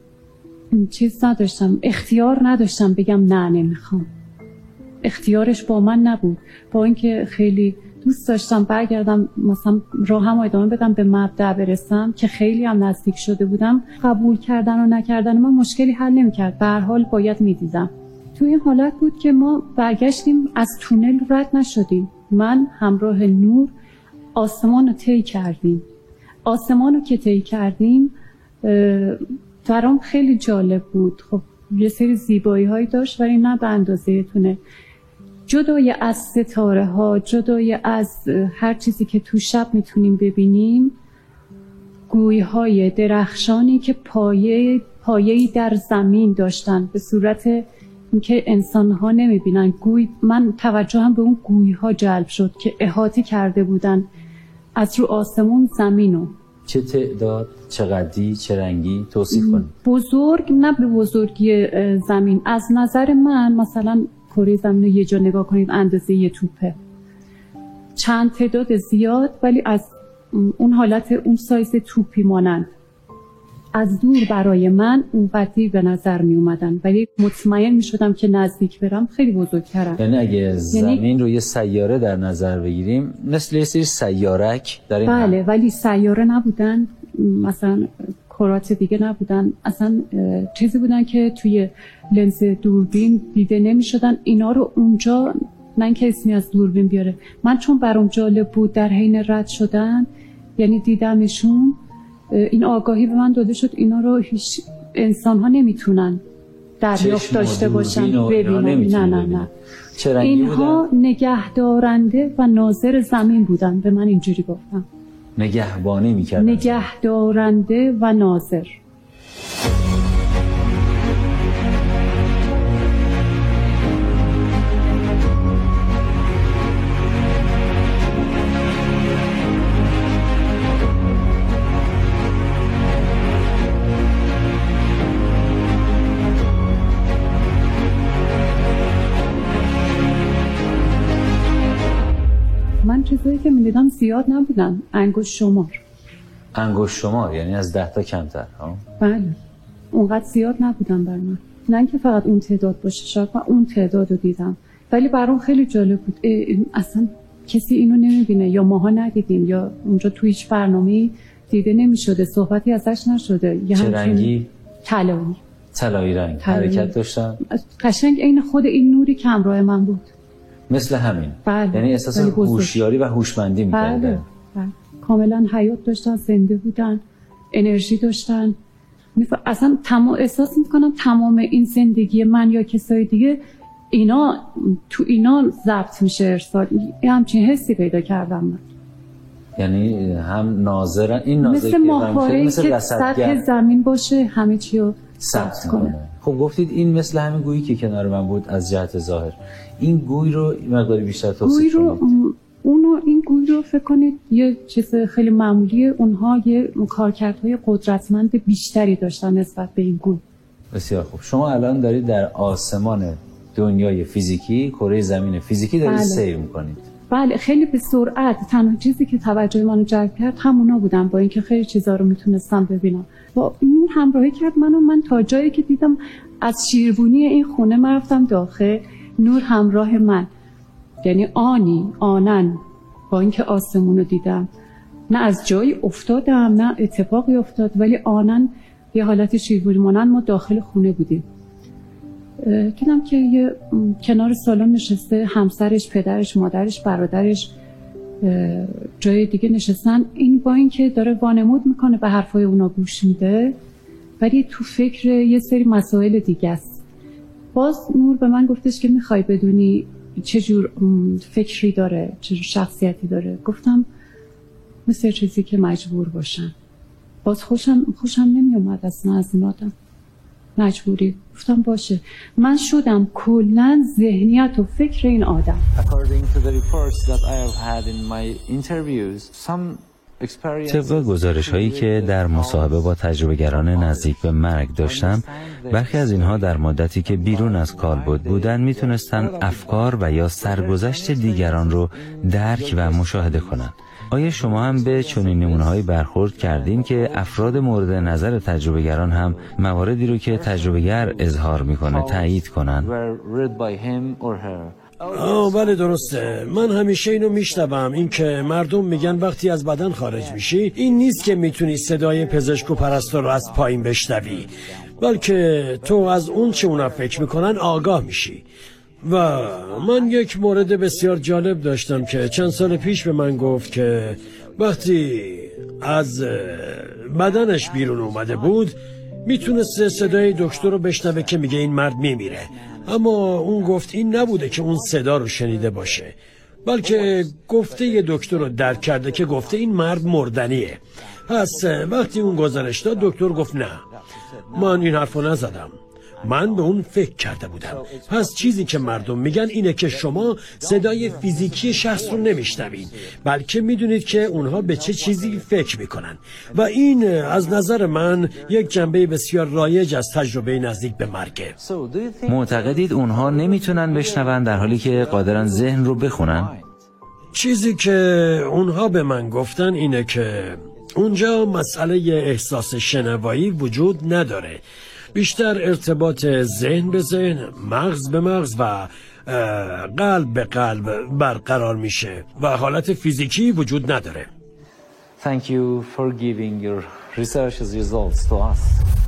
Speaker 2: چیز نداشتم، اختیار نداشتم بگم نه نمیخوام. اختیارش با من نبود، با اینکه خیلی دوست داشتم برگردم مثلا راهم ادامه بدم به مبدأ برسم که خیلی هم نزدیک شده بودم، قبول کردن و نکردن من مشکلی حل نمی‌کرد، به هر حال باید میدیدم. تو این حالت بود که ما برگشتیم، از تونل رد نشدیم. من همراه نور آسمان رو طی کردیم. آسمان رو که طی کردیم برام خیلی جالب بود. خب یه سری زیبایی هایی داشت ولی نه به اندازه تونه. جدای از ستاره ها، جدای از هر چیزی که تو شب میتونیم ببینیم، گوی های درخشانی که پایه پایه‌ای در زمین داشتن به صورت اینکه انسان ها نمیبینن. گوی، من توجهم به اون گوی ها جلب شد که احاطه کرده بودن از رو آسمون زمینو.
Speaker 3: چه تعداد، چه قدی، چه رنگی؟ توصیف کن.
Speaker 2: بزرگ، نه به بزرگی زمین. از نظر من مثلا کره زمین رو یه جا نگاه کنید اندازه یه توپه. چند تعداد زیاد ولی از اون حالت اون سایز توپی مانند. از دور برای من اونقدی به نظر می اومدن ولی مطمئن می شدم که نزدیک برم خیلی بزرگترم.
Speaker 3: یعنی اگه زمین یعنی... رو یه سیاره در نظر بگیریم مثل یه سری سیارک در این
Speaker 2: بله هم. ولی سیاره نبودن، مثلا کرات دیگه نبودن، اصلا چیزی بودن که توی لنز دوربین دیده نمی شدن. اینا رو اونجا نه اینکه اسمی از دوربین بیاره، من چون برام جالب بود در حین رد شدن، یعنی دیدمشون، این آگاهی به من داده شد اینا رو هیچ انسان ها نمیتونن دریافت داشته باشن، ببینن. نه نه نه اینها نگهدارنده و ناظر زمین بودن. به من اینجوری گفتم
Speaker 3: نگهبانی میکردن.
Speaker 2: نگهدارنده و ناظر. من چیزایی که می‌دیدم زیاد نبودن، انگشت شمار.
Speaker 3: انگشت شمار یعنی از ده تا کمتر ها؟
Speaker 2: بله اونقدر زیاد نبودن بر من، نه اینکه فقط اون تعداد باشه، شاید من اون تعداد رو دیدم ولی برام خیلی جالب بود. اصلا کسی اینو نمیبینه یا ماها ندیدیم یا اونجا تو هیچ برنامه‌ای دیده نمیشده، صحبتی ازش نشده.
Speaker 3: چه رنگی؟
Speaker 2: طلایی.
Speaker 3: طلایی رنگ. حرکت داشتن؟
Speaker 2: قشنگ عین خود این نوری که همراه من بود.
Speaker 3: مثل همین.
Speaker 2: بله.
Speaker 3: یعنی احساس هوشیاری و هوشمندی می‌کردن.
Speaker 2: بله. بله. کاملا حیات داشتن، زنده بودن، انرژی داشتن. اصلا تمام احساس میکنم تمام این زندگی من یا کسای دیگه اینا تو اینا ضبط میشه ارسال. همچین حسی پیدا کردم من.
Speaker 3: یعنی هم ناظرن، این ناظر
Speaker 2: مثل ماهواره‌ای که سطح زمین باشه همه چی رو ثبت کنه.
Speaker 3: خب گفتید این مثل همین گویی که کنار من بود از جهت ظاهر. این گوی رو مقداری بیشتر توصیف کنید.
Speaker 2: اونو این گوی رو فکر کنید یه چیز خیلی معمولیه، اونها یه کارکردهای قدرتمند بیشتری داشتن نسبت به این گوی.
Speaker 3: بسیار خوب. شما الان دارید در آسمان دنیای فیزیکی، کره زمین فیزیکی دارید بله. سیر میکنید.
Speaker 2: بله خیلی به سرعت. تنها چیزی که توجه منو جلب کرد همونا بودن، با اینکه خیلی چیزا رو میتونستم ببینم. با نور همراهی کرد منو، من تا جایی که دیدم از شیربونی این خونه من رفتم داخل، نور همراه من، یعنی آنی آنن با اینکه آسمون رو دیدم، نه از جایی افتادم نه اتفاقی افتاد، ولی آنن یه حالت شیربونی مانند ما داخل خونه بودیم. دیدم که یه کنار سالن نشسته، همسرش، پدرش، مادرش، برادرش جای دیگه نشستن. این با اینکه داره وانمود میکنه به حرفای اونا گوش میده ولی تو فکر یه سری مسائل دیگه است. باز نور به من گفتش که میخوای بدونی چه جور فکری داره، چه جور شخصیتی داره؟ گفتم مثل چیزی که مجبور باشم. باز خوشم خوشم نمی اومد اصلا از این آدم. مجبوری. گفتم باشه. من شدم کلاً ذهنیت و فکر این آدم.
Speaker 3: According to the reports that I have had in my interviews, some
Speaker 1: طبق گزارش هایی که در مصاحبه با تجربه‌گران نزدیک به مرگ داشتم، برخی از اینها در مدتی که بیرون از کالبد بودن میتونستن افکار و یا سرگذشت دیگران رو درک و مشاهده کنن. آیا شما هم به چنین نمونه‌هایی برخورد کردین که افراد مورد نظر تجربه‌گران هم مواردی رو که تجربه‌گر اظهار میکنه تایید کنن؟
Speaker 4: آه بله درسته. من همیشه اینو میشنوم، این که مردم میگن وقتی از بدن خارج میشی این نیست که میتونی صدای پزشک و پرستار رو از پایین بشنوی، بلکه تو از اون چه اونا فکر میکنن آگاه میشی. و من یک مورد بسیار جالب داشتم که چند سال پیش به من گفت که وقتی از بدنش بیرون اومده بود میتونست صدای دکتر رو بشنوه که میگه این مرد میمیره، اما اون گفت این نبوده که اون صدا رو شنیده باشه، بلکه گفته یه دکتر رو درک کرده که گفته این مرد مردنیه. پس وقتی اون گزارش داد دکتر گفت نه، من این حرفو نزدم، من به اون فکر کرده بودم. پس چیزی که مردم میگن اینه که شما صدای فیزیکی شخص رو نمیشنوین، بلکه میدونید که اونها به چه چیزی فکر میکنن و این از نظر من یک جنبه بسیار رایج از تجربه نزدیک به مرگه.
Speaker 1: معتقدید اونها نمیتونن بشنون در حالی که قادرن ذهن رو بخونن؟
Speaker 4: چیزی که اونها به من گفتن اینه که اونجا مسئله احساس شنوایی وجود نداره، بیشتر ارتباط ذهن به ذهن، مغز به مغز و قلب به قلب برقرار میشه و حالت فیزیکی وجود نداره.
Speaker 3: Thank you for giving your research results to us.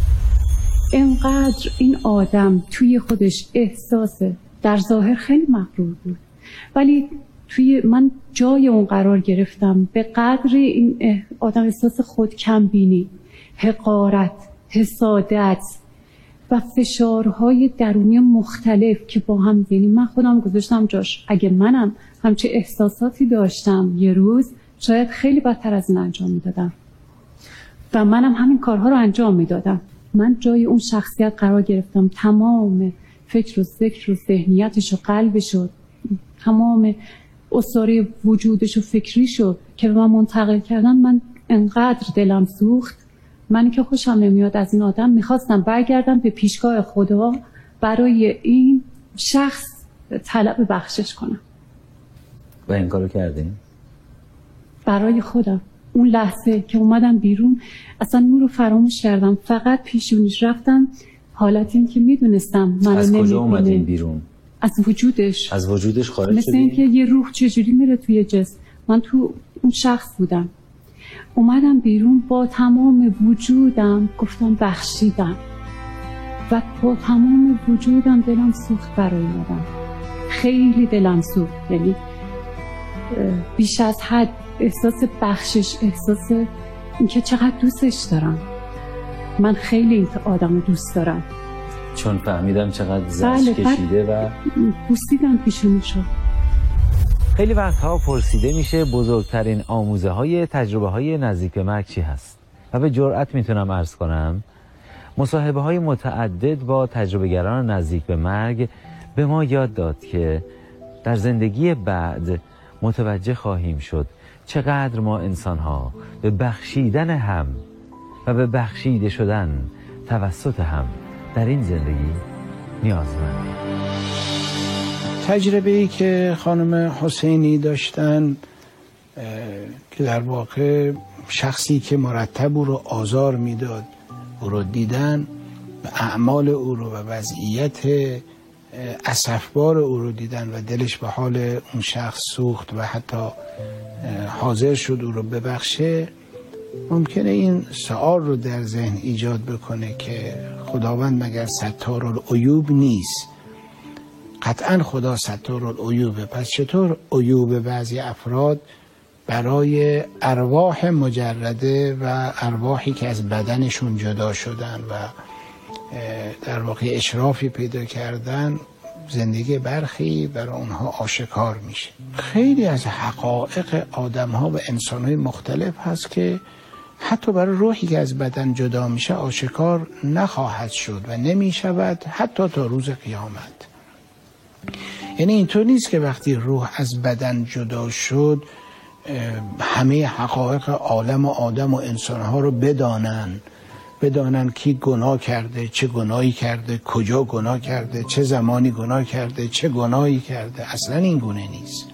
Speaker 2: اینقدر این آدم توی خودش احساسه، در ظاهر خیلی مغرور بود، ولی توی من جای اون قرار گرفتم. به قدر این آدم احساس خود کم بینی، حقارت، حسادت و فشارهای درونی مختلف که با هم، یعنی من خودم گذاشتم جاش. اگه منم همچه احساساتی داشتم یه روز، شاید خیلی بدتر از این انجام میدادم و منم همین کارها رو انجام میدادم. من جای اون شخصیت قرار گرفتم، تمام فکر و ذکر و ذهنیتش و قلبش و تمام اساره وجودش و فکریش رو که به من منتقل کردن. من انقدر دلم سوخت. من که خوشم نمیاد از این آدم، میخواستم برگردم به پیشگاه خدا برای این شخص طلب بخشش کنم.
Speaker 3: و این کارو کردین؟
Speaker 2: برای خودم. اون لحظه که اومدم بیرون اصلا نور رو فراموش کردم، فقط پیشونیش رفتم. حالت این که میدونستم منو نمیبینه.
Speaker 3: از کجا اومدین بیرون؟
Speaker 2: از وجودش.
Speaker 3: از وجودش خارج شدی؟
Speaker 2: مثل این که یه روح چجوری میره توی جسم. من تو اون شخص بودم. اومدم بیرون با تمام وجودم، گفتم بخشیدم و با تمام وجودم دلم سوخت برای این آدم. خیلی دلم سوخت، یعنی بیش از حد احساس بخشش، احساس اینکه چقدر دوستش دارم. من خیلی این آدم رو دوست دارم
Speaker 3: چون فهمیدم چقدر زشت کشیده و
Speaker 2: بوسیدم پیشونیشو.
Speaker 1: خیلی وقتها پرسیده میشه بزرگترین آموزه های تجربه های نزدیک به مرگ چی هست؟ و به جرئت میتونم عرض کنم مصاحبه های متعدد با تجربه گران نزدیک به مرگ به ما یاد داد که در زندگی بعد متوجه خواهیم شد چقدر ما انسان ها به بخشیدن هم و به بخشیده شدن توسط هم در این زندگی نیازمندیم.
Speaker 5: تجربه‌ای که خانم حسینی داشتن که در واقع شخصی که مرتب او رو آزار میداد، او رو دیدن و اعمال او رو و وضعیت اسفبار او رو دیدن و دلش به حال اون شخص سوخت و حتی حاضر شد او رو ببخشه، ممکنه این سوال رو در ذهن ایجاد بکنه که خداوند مگر ستارالعیوب نیست؟ قطعا خدا ستارالعیوبه، پس چطور عیوب بعضی افراد برای ارواح مجرده و ارواحی که از بدنشون جدا شدن و در واقع اشرافی پیدا کردن زندگی برخی برای اونها آشکار میشه. خیلی از حقایق آدم ها و انسان های مختلف هست که حتی برای روحی که از بدن جدا میشه آشکار نخواهد شد و نمیشود حتی تا روز قیامت. یعنی اینطور نیست که وقتی روح از بدن جدا شد همه حقایق عالم و آدم و انسانها رو بدانن بدانن کی گناه کرده، چه گناهی کرده، کجا گناه کرده، چه زمانی گناه کرده، چه گناهی کرده. اصلا این گونه نیست.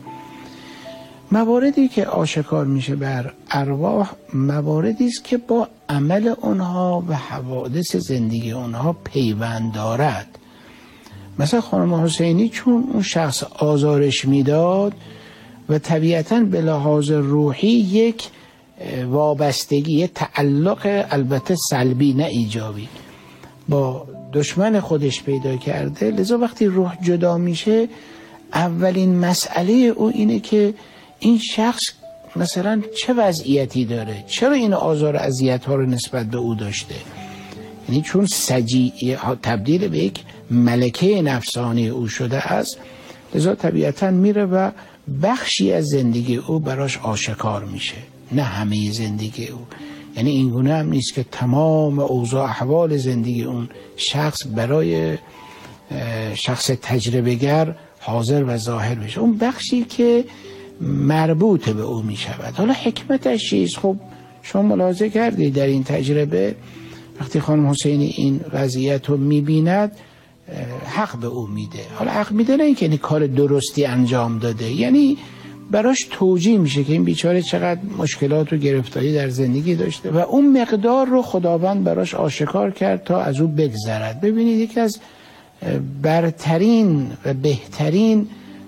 Speaker 5: مواردی که آشکار میشه بر ارواح مواردی است که با عمل اونها و حوادث زندگی اونها پیوند دارد. مثلا خانم حسینی چون اون شخص آزارش میداد و طبیعتاً به لحاظ روحی یک وابستگی، یک تعلق البته سلبی نه ایجابی با دشمن خودش پیدا کرده، لذا وقتی روح جدا میشه اولین مسئله او اینه که این شخص مثلا چه وضعیتی داره، چرا این آزار و اذیت ها رو نسبت به او داشته. یعنی چون سجی تبدیل به یک ملکه نفسانی او شده است، لذا طبیعتاً میره و بخشی از زندگی او براش آشکار میشه، نه همه زندگی او. یعنی این گونه هم نیست که تمام اوضاع احوال زندگی اون شخص برای شخص تجربه‌گر حاضر و ظاهر بشه. اون بخشی که مربوط به او می شود. حالا حکمتش چیست؟ خب شما ملاحظه کردید در این تجربه وقتی خانم حسینی این وضعیت رو می بیند حق به او میده. حالا حق میده نه اینکه این کار درستی انجام داده، یعنی براش توجیه میشه که این بیچاره چقدر مشکلات و گرفتاری در زندگی داشته و اون مقدار رو خداوند براش آشکار کرد تا از او بگذرد. ببینید یکی از برترین و بهترین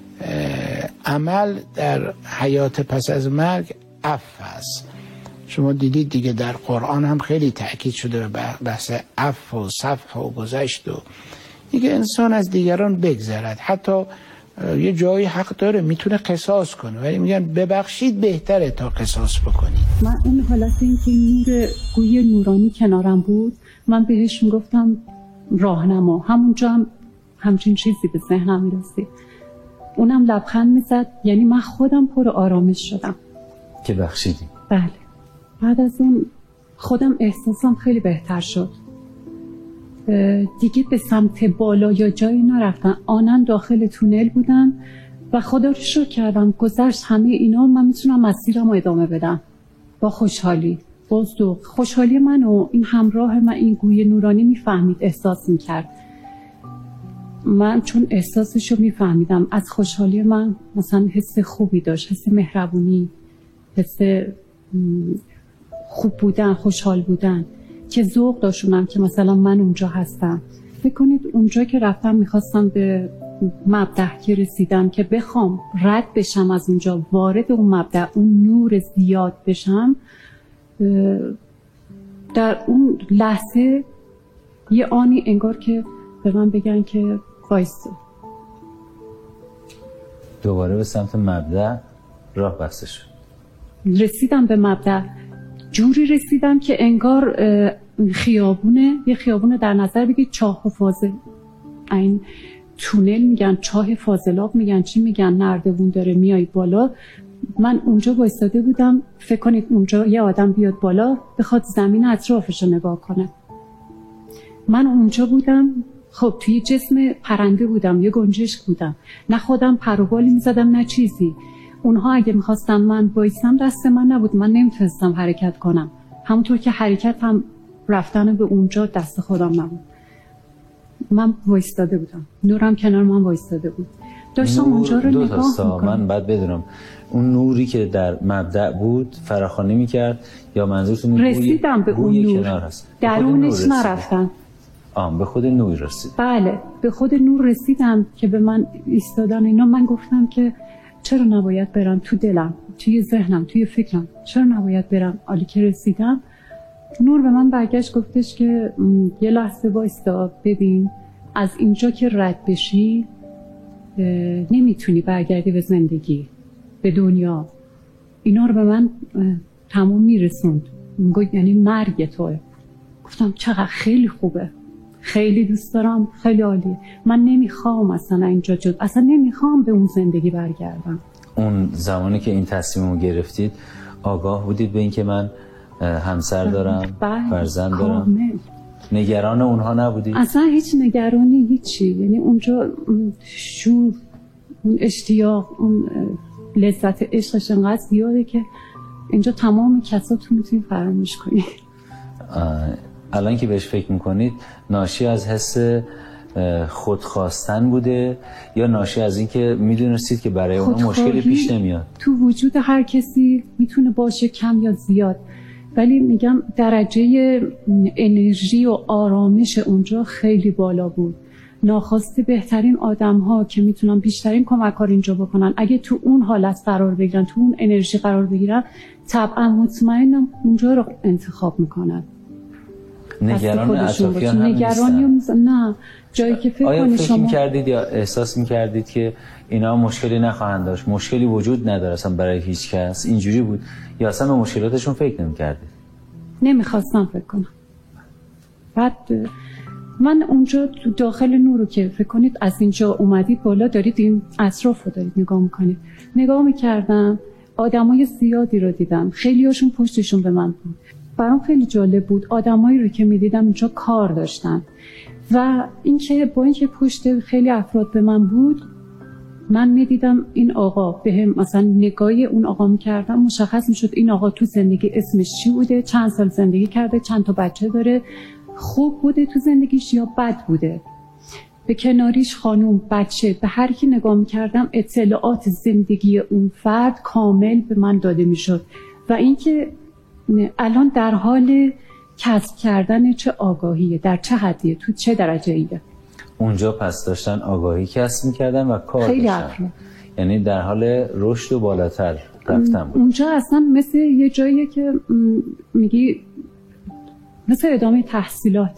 Speaker 5: عمل در حیات پس از مرگ عفو است. شما دیدید دیگه در قرآن هم خیلی تأکید شده به بحث عفو و صفح و گذشت و دیگه انسان از دیگران بگذرد. حتی یه جایی حق داره میتونه قصاص کنه، ولی میگن ببخشید بهتره تا قصاص بکنید.
Speaker 2: من اون حالت این که نور گوی نورانی کنارم بود، من بهش میگفتم راهنما. همونجا هم همچین چیزی به ذهنم میرسید. اونم لبخند میزد، یعنی من خودم پر آرامش شدم
Speaker 3: که بخشیدی.
Speaker 2: بله. بعد از اون خودم احساسم خیلی بهتر شد. دیگه به سمت بالا یا جایی نرفتن، آنن داخل تونل بودن و خدا رو شکر کردم گذشت همه اینا، من میتونم مسیرم رو ادامه بدم با خوشحالی، با ذوق. خوشحالی منو این همراه من این گوی نورانی میفهمید، احساس میکرد. من چون احساسش رو میفهمیدم، از خوشحالی من مثلا حس خوبی داشت، حس مهربونی، حس خوب بودن، خوشحال بودن، که ذوق داشتونم که مثلا من اونجا هستم. فکر کنید اونجا که رفتم میخواستم به مبدأ که رسیدم که بخوام رد بشم از اونجا، وارد اون مبدأ، اون نور زیاد بشم، در اون لحظه یه آنی انگار که به من بگن که وایسو.
Speaker 3: دوباره به سمت مبدأ راه بسته شد.
Speaker 2: رسیدم به مبدأ، جوری رسیدم که انگار خیابونه، یه خیابونه در نظر بگید، چاه و فاضل، این تونل میگن، چاه فاضلاب میگن، چی میگن، نردبون داره میای بالا. من اونجا وایساده بودم، فکر کنید اونجا یه آدم بیاد بالا بخواد زمین اطرافش رو نگاه کنه. من اونجا بودم، خب توی جسم پرنده بودم، یه گنجشک بودم، نه خودم پروبالی میزدم نه چیزی. اونها اگه میخواستم من وایسم دست من نبود، من نمیتونستم حرکت کنم. همونطور که حرکت هم رفتن به اونجا دست خودم نبود. من وایستاده بودم، نورم کنار من وایستاده بود، داشتم اونجا رو نگاه میکنم.
Speaker 3: من بعد بدونم اون نوری که در مبدأ بود فراخوانی میکرد یا منظورتون
Speaker 2: رسیدم به اون نور، درونش نرفتم.
Speaker 3: آم به خود نور رسید.
Speaker 2: بله به خود نور رسیدم که به من ایستادن اینا. من گفتم که چرا نباید برم، تو دلم، توی ذهنم، توی فکرم چرا نباید برم. عالی که رسیدم، نور به من برگشت گفتش که یه لحظه وایستا ببین، از اینجا که رد بشی نمیتونی برگردی به زندگی، به دنیا. اینا رو به من تمام میرسوند، میگوید یعنی مرگ توه. گفتم چقدر خیلی خوبه، خیلی دوست دارم، خیلی عالیه. من نمیخوام اصلا اینجا جد، اصلا نمیخوام به اون زندگی برگردم.
Speaker 3: اون زمانی که این تصمیم رو گرفتید آگاه بودید به این که من همسر دارم، فرزند دارم.
Speaker 2: کامل.
Speaker 3: نگران اونها نبودی؟
Speaker 2: اصلا هیچ نگرانی، هیچی. یعنی اونجا شور، اون اشتیاق، اون لذت عشقش انقدر زیاده که اینجا تمام کسا تو میتونی فراموش کنی.
Speaker 3: الان که بهش فکر میکنید ناشی از حس خودخواستن بوده یا ناشی از این که میدونستید که برای اون مشکلی پیش نمیاد؟
Speaker 2: تو وجود هر کسی میتونه باشه، کم یا زیاد، ولی میگم درجه انرژی و آرامش اونجا خیلی بالا بود. ناخواسته بهترین آدم ها که میتونن بیشترین کمک ها اینجا بکنن اگه تو اون حالت قرار بگیرن، تو اون انرژی قرار بگیرن، طبعا مطمئنم اونجا رو انتخاب میکنن.
Speaker 3: نگران اطرافیان هم
Speaker 2: نگرانی نیستن؟ نه. جایی که فکر
Speaker 3: آیا
Speaker 2: کنی
Speaker 3: فکر
Speaker 2: شما
Speaker 3: می‌کردید یا احساس می‌کردید که اینا مشکلی نخواهند داشت، مشکلی وجود نداره اصلا برای هیچ کس، اینجوری بود یا اصلا به مشکلاتشون فکر نمی‌کردید؟
Speaker 2: نمیخواستم فکر کنم. بعد من اونجا تو داخل نورو که فکر کنید از اینجا اومدید بالا، دارید این اطراف رو دارید نگاه میکنید، نگاه میکردم آدمای زیادی رو دیدم، خیلی هاشون پشتشون به من بود. برام خیلی جالب بود آدمایی رو که میدیدم اینجا کار داشتن و اینکه با اینکه پشت خیلی افراد به من بود، من میدیدم این آقا بهم مثلا نگاهی اون آقا میکردم، مشخص میشد این آقا تو زندگی اسمش چی بوده، چند سال زندگی کرده، چند تا بچه داره، خوب بوده تو زندگیش یا بد بوده. به کناریش خانوم، بچه، به هر کی نگاه میکردم اطلاعات زندگی اون فرد کامل به من داده میشد و اینکه الان در حال کسب کردن چه آگاهیه، در چه حدیه، تو چه درجه ایه.
Speaker 3: اونجا پس داشتن آگاهی کسب میکردن و کار
Speaker 2: خیلی
Speaker 3: داشتن
Speaker 2: عقله.
Speaker 3: یعنی در حال رشد و بالاتر رفتن بود.
Speaker 2: اونجا اصلا مثل یه جاییه که میگی مثل ادامه تحصیلات،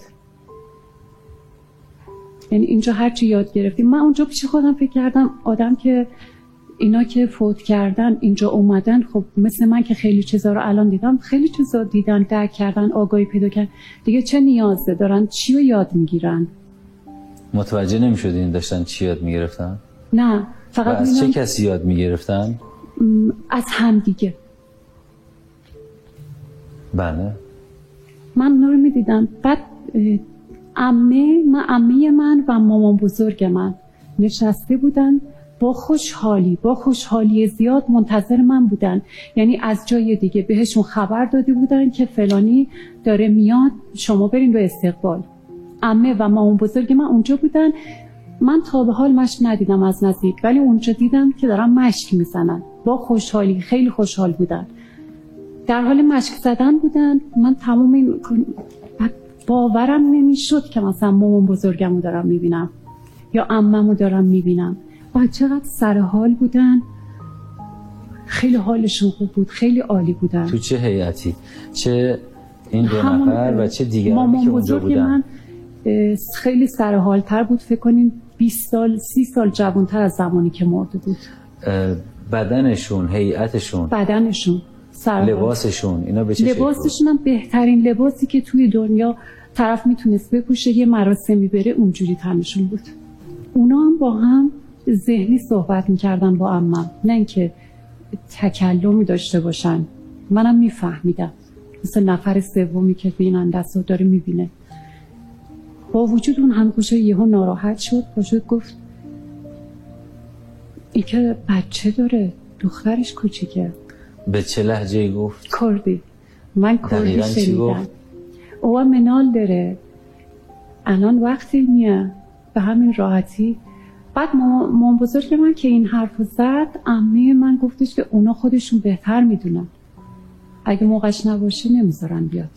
Speaker 2: یعنی اینجا هرچی یاد گرفتیم. من اونجا پیش خودم فکر کردم آدم که اینا که فوت کردن اینجا اومدن، خب مثل من که خیلی چیزا رو الان دیدم، خیلی چیزا دیدن، درک کردن، آگاهی پیدا کردن، دیگه چه نیازه دارن، چی رو یاد میگیرن؟
Speaker 3: متوجه نمیشدین داشتن چی یاد میگرفتن؟
Speaker 2: نه، فقط
Speaker 3: از چه کسی یاد میگرفتن؟
Speaker 2: از هم دیگه.
Speaker 3: بله.
Speaker 2: من اونا رو میدیدم. بعد عمه من عمه من و مامان بزرگ من نشسته بودن با خوشحالی با خوشحالی زیاد منتظر من بودن، یعنی از جای دیگه بهشون خبر داده بودن که فلانی داره میاد، شما برین به استقبال. عمه و مامان بزرگ من اونجا بودن. من تا به حال مشک ندیدم از نزدیک، ولی اونجا دیدم که دارن مشک میزنن با خوشحالی، خیلی خوشحال بودن، در حال مشک زدن بودن. من تمام این باورم نمیشد که مثلا مامان بزرگمو دارم میبینم یا عممو دارم میبینم. و چقدر سر حال بودن، خیلی حالشون خوب بود، خیلی عالی بودن.
Speaker 3: تو چه هیئتی؟ چه این دو نفر و چه دیگرانی که اونجا بودن؟
Speaker 2: من خیلی سر حال تر بود، فکر کنین بیست سال سی سال جوانتر از زمانی که مرده بود.
Speaker 3: بدنشون، هیئتشون،
Speaker 2: بدنشون،
Speaker 3: لباسشون، اینا به چه شکل بود؟
Speaker 2: لباسشون هم بهترین لباسی که توی دنیا طرف میتونست بپوشه یه مراسمی بره اونجوری تنشون بود. اونا هم با هم ذهنی صحبت میکردن با عمم، نه اینکه تکلمی داشته باشن. منم میفهمیدم، مثل نفر سومی که بیننده است و داره میبینه. با وجود اون همگوشه یهو ناراحت شد، پاشد گفت ای که بچه داره، دخترش کوچیکه.
Speaker 3: به چه لهجه‌ای گفت؟
Speaker 2: کردی. من کردی شنیدم. او منال داره، الان وقتی میه به همین راحتی. بعد مامان بزرگ من که این حرف زد، عمه من گفتش که اونا خودشون بهتر میدونن، اگه موقعش نباشه نمیذارن بیاد.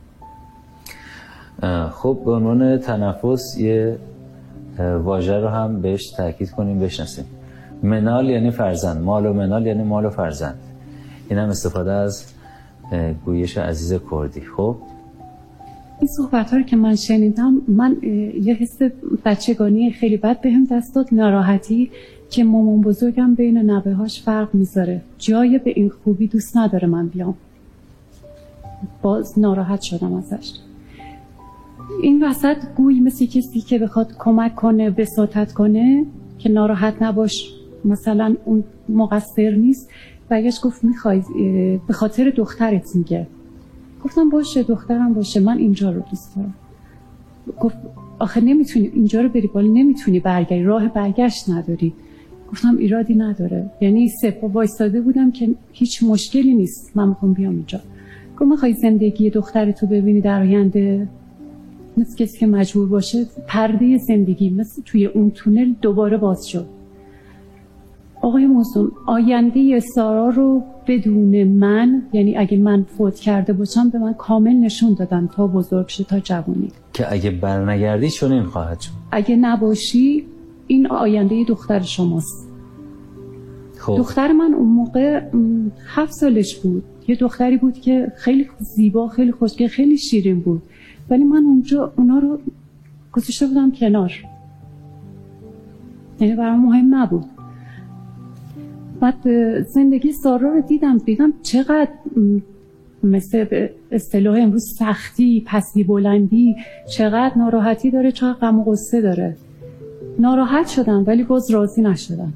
Speaker 3: خب به عنوان تنفس یه واژه رو هم بهش تاکید کنیم بشناسیم. منال یعنی فرزند، مال و منال یعنی مال و فرزند. این هم استفاده از گویش عزیز کردی. خب
Speaker 2: این صحبت ها رو که من شنیدم، من یه حس بچگانی خیلی بد بهم دست داد، ناراحتی که مامان بزرگم بین نوه هاش فرق میذاره، جای به این خوبی دوست نداره من بیام. باز ناراحت شدم ازش. این وسط گوی مثل کسی که بخواد کمک کنه، وساطت کنه که ناراحت نباش، مثلا اون مقصر نیست، برگشت گفت میخوای به خاطر دخترت میگه. گفتم باشه دخترم باشه، من اینجا رو دوست دارم. گفت آخه نمیتونی اینجا رو بری بالا، نمیتونی برگردی، راه برگشت نداری. گفتم ایرادی نداره، یعنی سه پا وایساده بودم که هیچ مشکلی نیست، من میخوام بیام اینجا. گفت میخوای زندگی دخترتو ببینی در آینده؟ مثل کسی که مجبور باشه پرده زندگی مثل توی اون تونل دوباره باز شد. آقای موسون، آینده سارا رو بدون من، یعنی اگه من فوت کرده باشم، به من کامل نشون دادن تا بزرگ شه، تا جوانی،
Speaker 3: که اگه برنگردی چون این خواهد شد،
Speaker 2: اگه نباشی این آینده دختر شماست. خب. دختر من اون موقع هفت سالش بود، یه دختری بود که خیلی زیبا، خیلی خوشگل، خیلی شیرین بود، ولی من اونجا اونا رو گذاشته بودم کنار، یعنی برام مهم نبود. بعد زندگی سارا رو دیدم دیدم چقدر مثل به اصطلاح امروز سختی، پستی بلندی، چقدر ناراحتی داره، چقدر غم و غصه داره. ناراحت شدم ولی باز راضی نشدم.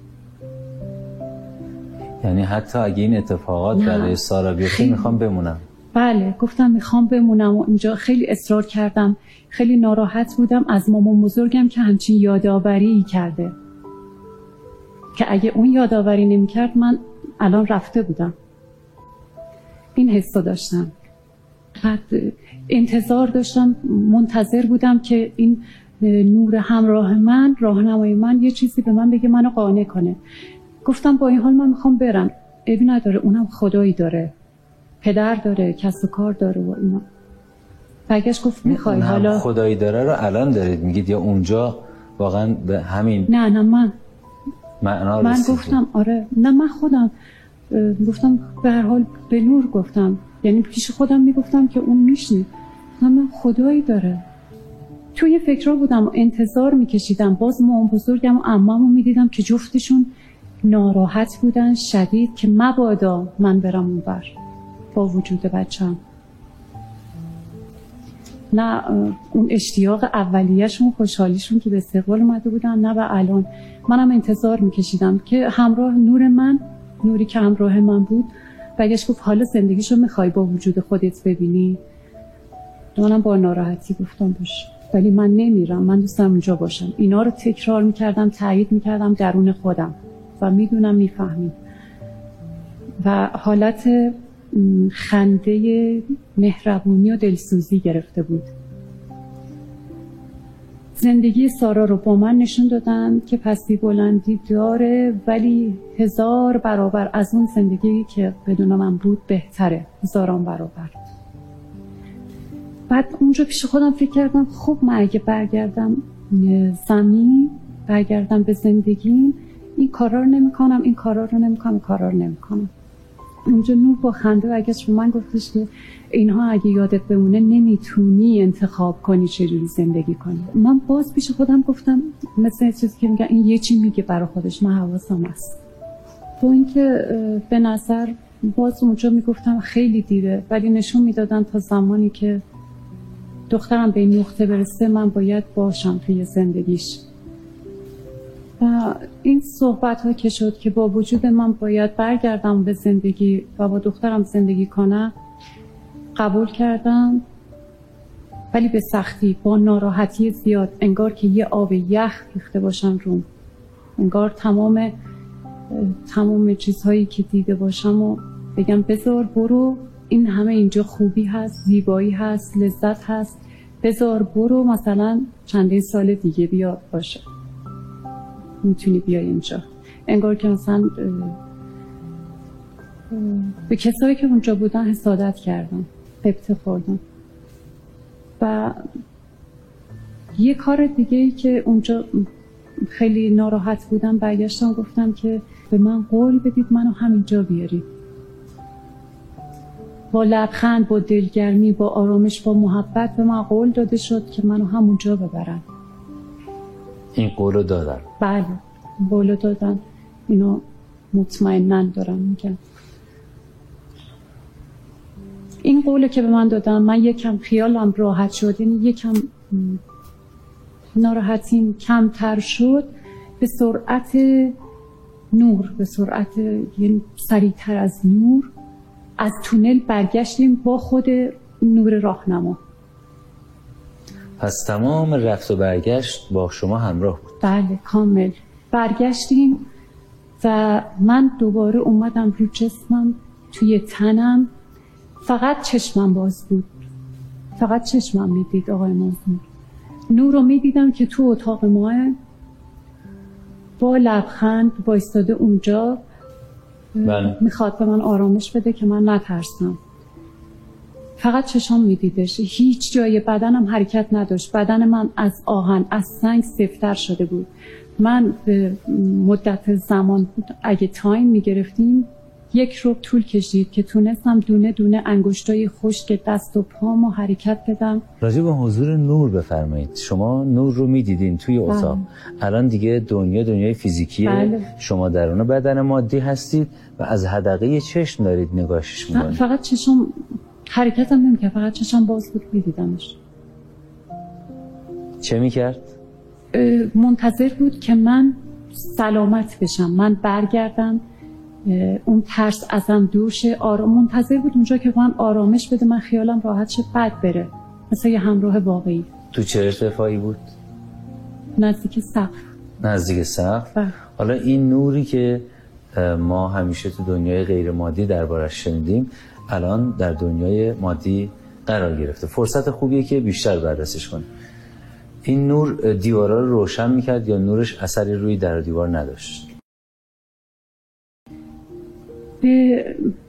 Speaker 3: یعنی حتی اگه این اتفاقات برای سارا بیفته میخوام بمونم.
Speaker 2: بله گفتم میخوام بمونم و اینجا خیلی اصرار کردم، خیلی ناراحت بودم از مامان بزرگم که همچین یادآوری کرده که اگه اون یادآوری نمی‌کرد من الان رفته بودم. این حسو داشتم. بعد انتظار داشتم، منتظر بودم که این نور همراه من، راهنمای من، یه چیزی به من بگه، منو قانع کنه. گفتم با این حال من میخوام برم. عیبی نداره، اونم خدایی داره، پدر داره، کسب و کار داره و اینا. برگشت گفت میخوای حالا
Speaker 3: خدایی داره رو الان دارید میگید یا اونجا واقعا به همین؟
Speaker 2: نه نه من
Speaker 3: معنا
Speaker 2: من گفتم آره، نه من خودم گفتم به هر حال به نور گفتم، یعنی پیش خودم میگفتم که اون میشنید، من خدایی داره. توی فکرها بودم و انتظار میکشیدم. باز مام بزرگم و عمامو میدیدم که جفتشون ناراحت بودن شدید که مبادا من برم اونور با وجود بچم. نه اون اشتیاق اولیه‌شون، خوشحالیشون که به استقبال اومده بودن، نه به الان. منم انتظار میکشیدم که همراه نور من، نوری که همراه من بود، برگشت گفت حالا زندگیشو میخوای با وجود خودت ببینی؟ منم با ناراحتی گفتم باشه، ولی من نمیرم، من دوست دارم اونجا باشم. اینا رو تکرار میکردم، تایید میکردم درون خودم و میدونم میفهمیم. و حالت خنده مهربونی و دلسوزی گرفته بود. زندگی سارا رو با من نشون دادن که پستی بلندی داره، ولی هزار برابر از اون زندگی که بدون من بود بهتره، هزاران برابر. بعد اونجا پیش خودم فکر کردم خب من اگه برگردم زمین، برگردم به زندگیم، این کارا رو نمی کنم، این کارا رو نمی کنم، کارا رو نمی کنم. اونجا نور با خنده برگشت به من گفتش که اینها اگه یادت بمونه نمیتونی انتخاب کنی چجوری زندگی کنی. من باز پیش خودم گفتم مثل چیزی که میگن این یه چی میگه برای خودش، من حواسم هست. با اینکه به نظر باز اونجا میگفتم خیلی دیره، ولی نشون میدادن تا زمانی که دخترم به این نقطه برسه من باید باشم توی زندگیش. و این صحبت ها که شد که با وجود من باید برگردم به زندگی و با دخترم زندگی کنم، قبول کردم، ولی به سختی، با ناراحتی زیاد، انگار که یه آب یخ ریخته باشم روم، انگار تمام تمام چیزهایی که دیده باشم و بگم بذار برو، این همه اینجا خوبی هست، زیبایی هست، لذت هست، بذار برو، مثلا چندین سال دیگه بیا باشه، میتونی بیای اینجا. انگار که مثلا به کسایی که اونجا بودن حسادت کردم، قبطه خوردم. و یه کار دیگه ای که اونجا خیلی ناراحت بودم، برگشتم گفتم که به من قول بدید منو همینجا بیارید. با لبخند، با دلگرمی، با آرامش، با محبت به من قول داده شد که منو همونجا ببرن.
Speaker 3: این قولو دادن؟
Speaker 2: بله قولو دادن. اینو مطمئناً دارم میگم. این قولو که به من دادن، من یکم خیالم راحت شد، یعنی یکم ناراحتیم کمتر شد. به سرعت نور، به سرعت یعنی سریعتر از نور از تونل برگشتیم با خود نور راهنما.
Speaker 3: پس تمام رفت و برگشت با شما همراه بود؟
Speaker 2: بله کامل. برگشتیم و من دوباره اومدم رو جسمم، توی تنم، فقط چشمم باز بود، فقط چشمم میدید آقای مزمور. نور رو میدیدم که تو اتاق ماه با لبخند بایستاده اونجا، میخواد به من آرامش بده که من نترسم. فقط چشام میدیدش، هیچ جای بدنم حرکت نداشت. بدن من از آهن، از سنگ سفت‌تر شده بود. من به مدت زمان اگه تایم میگرفتیم یک رو طول کشید که تونستم دونه دونه انگشتای خشک دست و پامو حرکت بدم.
Speaker 3: راجع به حضور نور بفرمایید. شما نور رو میدیدین توی اتاق. بله. الان دیگه دنیا دنیای فیزیکیه. بله. شما درون بدن مادی هستید و از حدقه چشم دارید نگاهش میکنید.
Speaker 2: فقط چشم حرکتم نمیکرد، فقط چشم باز بود میدیدمش.
Speaker 3: چه میکرد؟
Speaker 2: منتظر بود که من سلامت بشم، من برگردم، اون ترس ازم دور شه. آرام منتظر بود اونجا که من آرامش بده، من خیالم راحت شه، بعد بره، مثل یه همراه واقعی.
Speaker 3: تو چه ارتفاعی بود؟
Speaker 2: نزدیک سقف.
Speaker 3: نزدیک سقف؟ حالا این نوری که ما همیشه تو دنیای غیر مادی دربارش شنیدیم الان در دنیای مادی قرار گرفته. فرصت خوبیه که بیشتر بررسیش کنیم. این نور دیوارا رو روشن میکرد یا نورش اثری روی در و دیوار نداشت؟
Speaker 2: به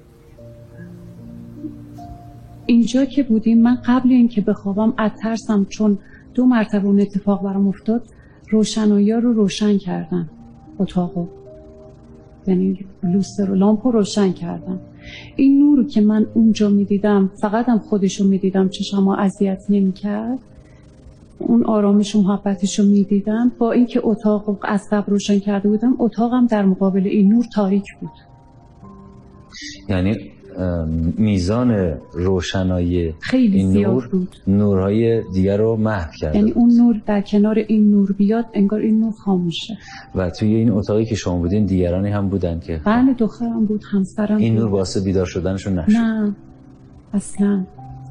Speaker 2: اینجا که بودیم، من قبل اینکه بخوابم از ترسم، چون دو مرتبه اون اتفاق برام افتاد، روشنایی ها رو روشن کردم، اتاقو، یعنی لوستر و لامپو روشن کردم. این نور که من اونجا میدیدم، فقط هم خودشو میدیدم، چشمو اذیت نمیکرد، اون آرامش و محبتشو میدیدم. با اینکه اتاقو از قبل روشن کرده بودم، اتاقم در مقابل این نور تاریک بود.
Speaker 3: یعنی میزان روشنایی
Speaker 2: خیلی
Speaker 3: این
Speaker 2: زیاد
Speaker 3: نور
Speaker 2: بود،
Speaker 3: نورهای دیگر رو محو کرده.
Speaker 2: یعنی اون نور در کنار این نور بیاد انگار این نور خاموشه.
Speaker 3: و توی این اتاقی که شما بودین دیگرانی هم بودن که؟
Speaker 2: بله، دخترم بود، همسرم.
Speaker 3: این
Speaker 2: بود.
Speaker 3: نور واسه بیدار شدنشون نشد؟
Speaker 2: نه اصلا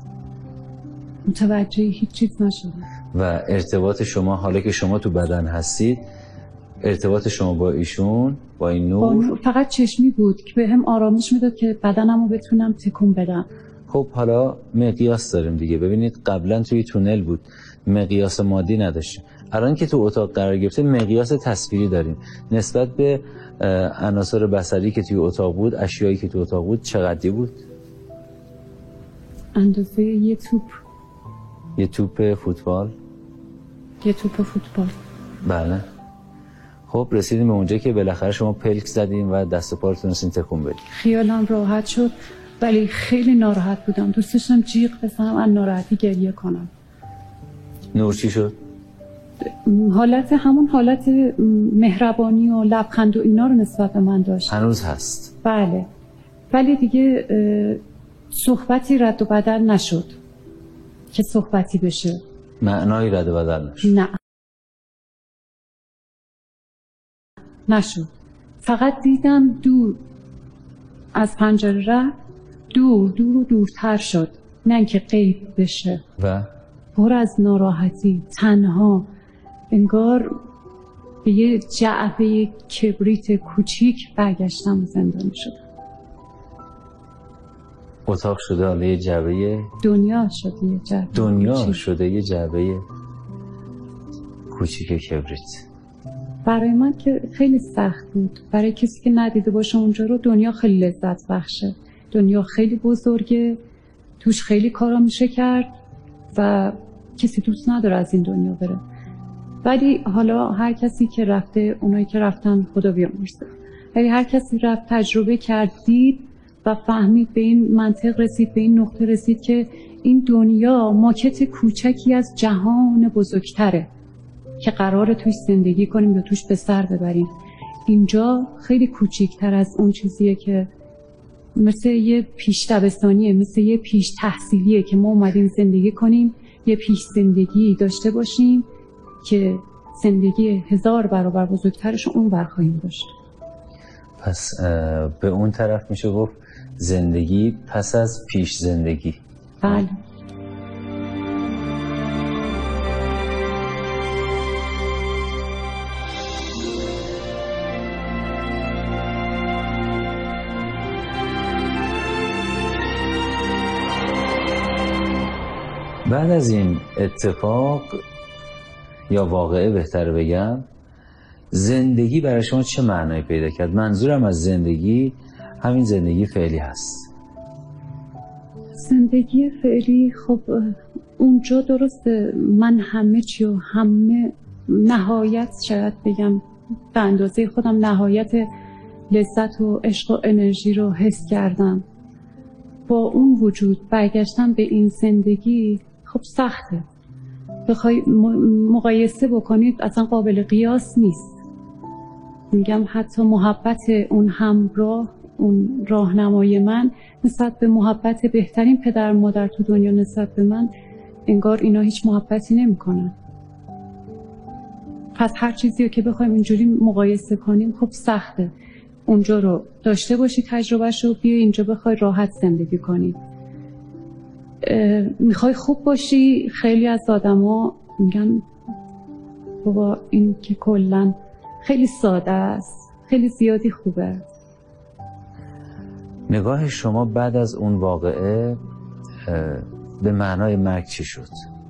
Speaker 2: متوجه هیچ چیز نشد.
Speaker 3: و ارتباط شما، حالا که شما تو بدن هستید، ارتباط شما با ایشون، با این نور, با نور
Speaker 2: فقط چشمی بود که به هم آرامش میداد که بدنمو بتونم تکون بدم.
Speaker 3: خب حالا مقیاس داریم دیگه. ببینید قبلا توی تونل بود، مقیاس مادی نداشتیم. الان که تو اتاق قرار گرفته مقیاس تصویری داریم. نسبت به عناصر بصری که توی اتاق بود، اشیایی که تو اتاق بود، چقدری بود؟
Speaker 2: اندازه یه توپ.
Speaker 3: یه توپ فوتبال؟
Speaker 2: یه توپ فوتبال.
Speaker 3: بله. خب رسیدیم به اونجا که بالاخره شما پلک زدیم و دست و پا رو تونستین تکون بدید.
Speaker 2: خیالم راحت شد، ولی خیلی ناراحت بودم. دوست داشتم جیغ بزنم، از ناراحتی گریه کنم.
Speaker 3: نور چی شد؟
Speaker 2: حالت همون حالت مهربانی و لبخند و اینا رو نسبت به من داشت.
Speaker 3: هنوز هست؟
Speaker 2: بله، ولی دیگه صحبتی رد و بدل نشد که صحبتی بشه.
Speaker 3: معنایی رد و بدل نشد؟
Speaker 2: نه نشد. فقط دیدم دور از پنجره رفت، دور دور و دورتر شد، نه اینکه غیب بشه.
Speaker 3: و
Speaker 2: پر از ناراحتی، تنها، انگار به یه جعبه کبریت کوچیک برگشتم زندانی شدم.
Speaker 3: اتاق شده حالا یه جعبه،
Speaker 2: دنیا شده یه جعبه
Speaker 3: دنیا
Speaker 2: کوچیک.
Speaker 3: شده یه جعبه کوچیک کبریت.
Speaker 2: برای من که خیلی سخت بود. برای کسی که ندیده باشه اونجا رو، دنیا خیلی لذت بخشه، دنیا خیلی بزرگه، توش خیلی کارا میشه کرد و کسی دوست نداره از این دنیا بره. ولی حالا هر کسی که رفته، اونایی که رفتن خدا بیامرزه، ولی هر کسی رفت تجربه کرد، دید و فهمید، به این منطق رسید، به این نقطه رسید که این دنیا ماکت کوچکی از جهان بزرگتره که قراره توش زندگی کنیم یا توش به سر ببریم. اینجا خیلی کوچیکتر از اون چیزیه که مثل یه پیش دبستانیه، مثل یه پیش تحصیلیه که ما اومدیم زندگی کنیم، یه پیش زندگی داشته باشیم که زندگی هزار برابر بزرگترش اون بر خواهیم داشت.
Speaker 3: پس به اون طرف میشه گفت زندگی پس از پیش زندگی.
Speaker 2: بله.
Speaker 3: بعد از این اتفاق یا واقعه بهتر بگم، زندگی برای شما چه معنایی پیدا کرد؟ منظورم از زندگی همین زندگی فعلی هست.
Speaker 2: زندگی فعلی خب اونجا درسته من همه چی و همه نهایت شاید بگم به اندازه خودم نهایت لذت و عشق و انرژی رو حس کردم. با اون وجود برگشتم به این زندگی خب سخته. بخوای مقایسه بکنید اصلا قابل قیاس نیست. میگم حتی محبت اون همراه، اون راهنمای من نسبت به محبت بهترین پدر مادر تو دنیا نسبت به من، انگار اینا هیچ محبتی نمی‌کنن. پس هر چیزی رو که بخوایم اینجوری مقایسه کنیم خب سخته. اونجا رو داشته باشی تجربهش رو، بیا اینجا بخوای راحت زندگی کنی. میخوای خوب باشی، خیلی از آدما میگن بابا این که کلا خیلی ساده است، خیلی زیادی خوبه.
Speaker 3: نگاه شما بعد از اون واقعه به معنای مرگ چی شد؟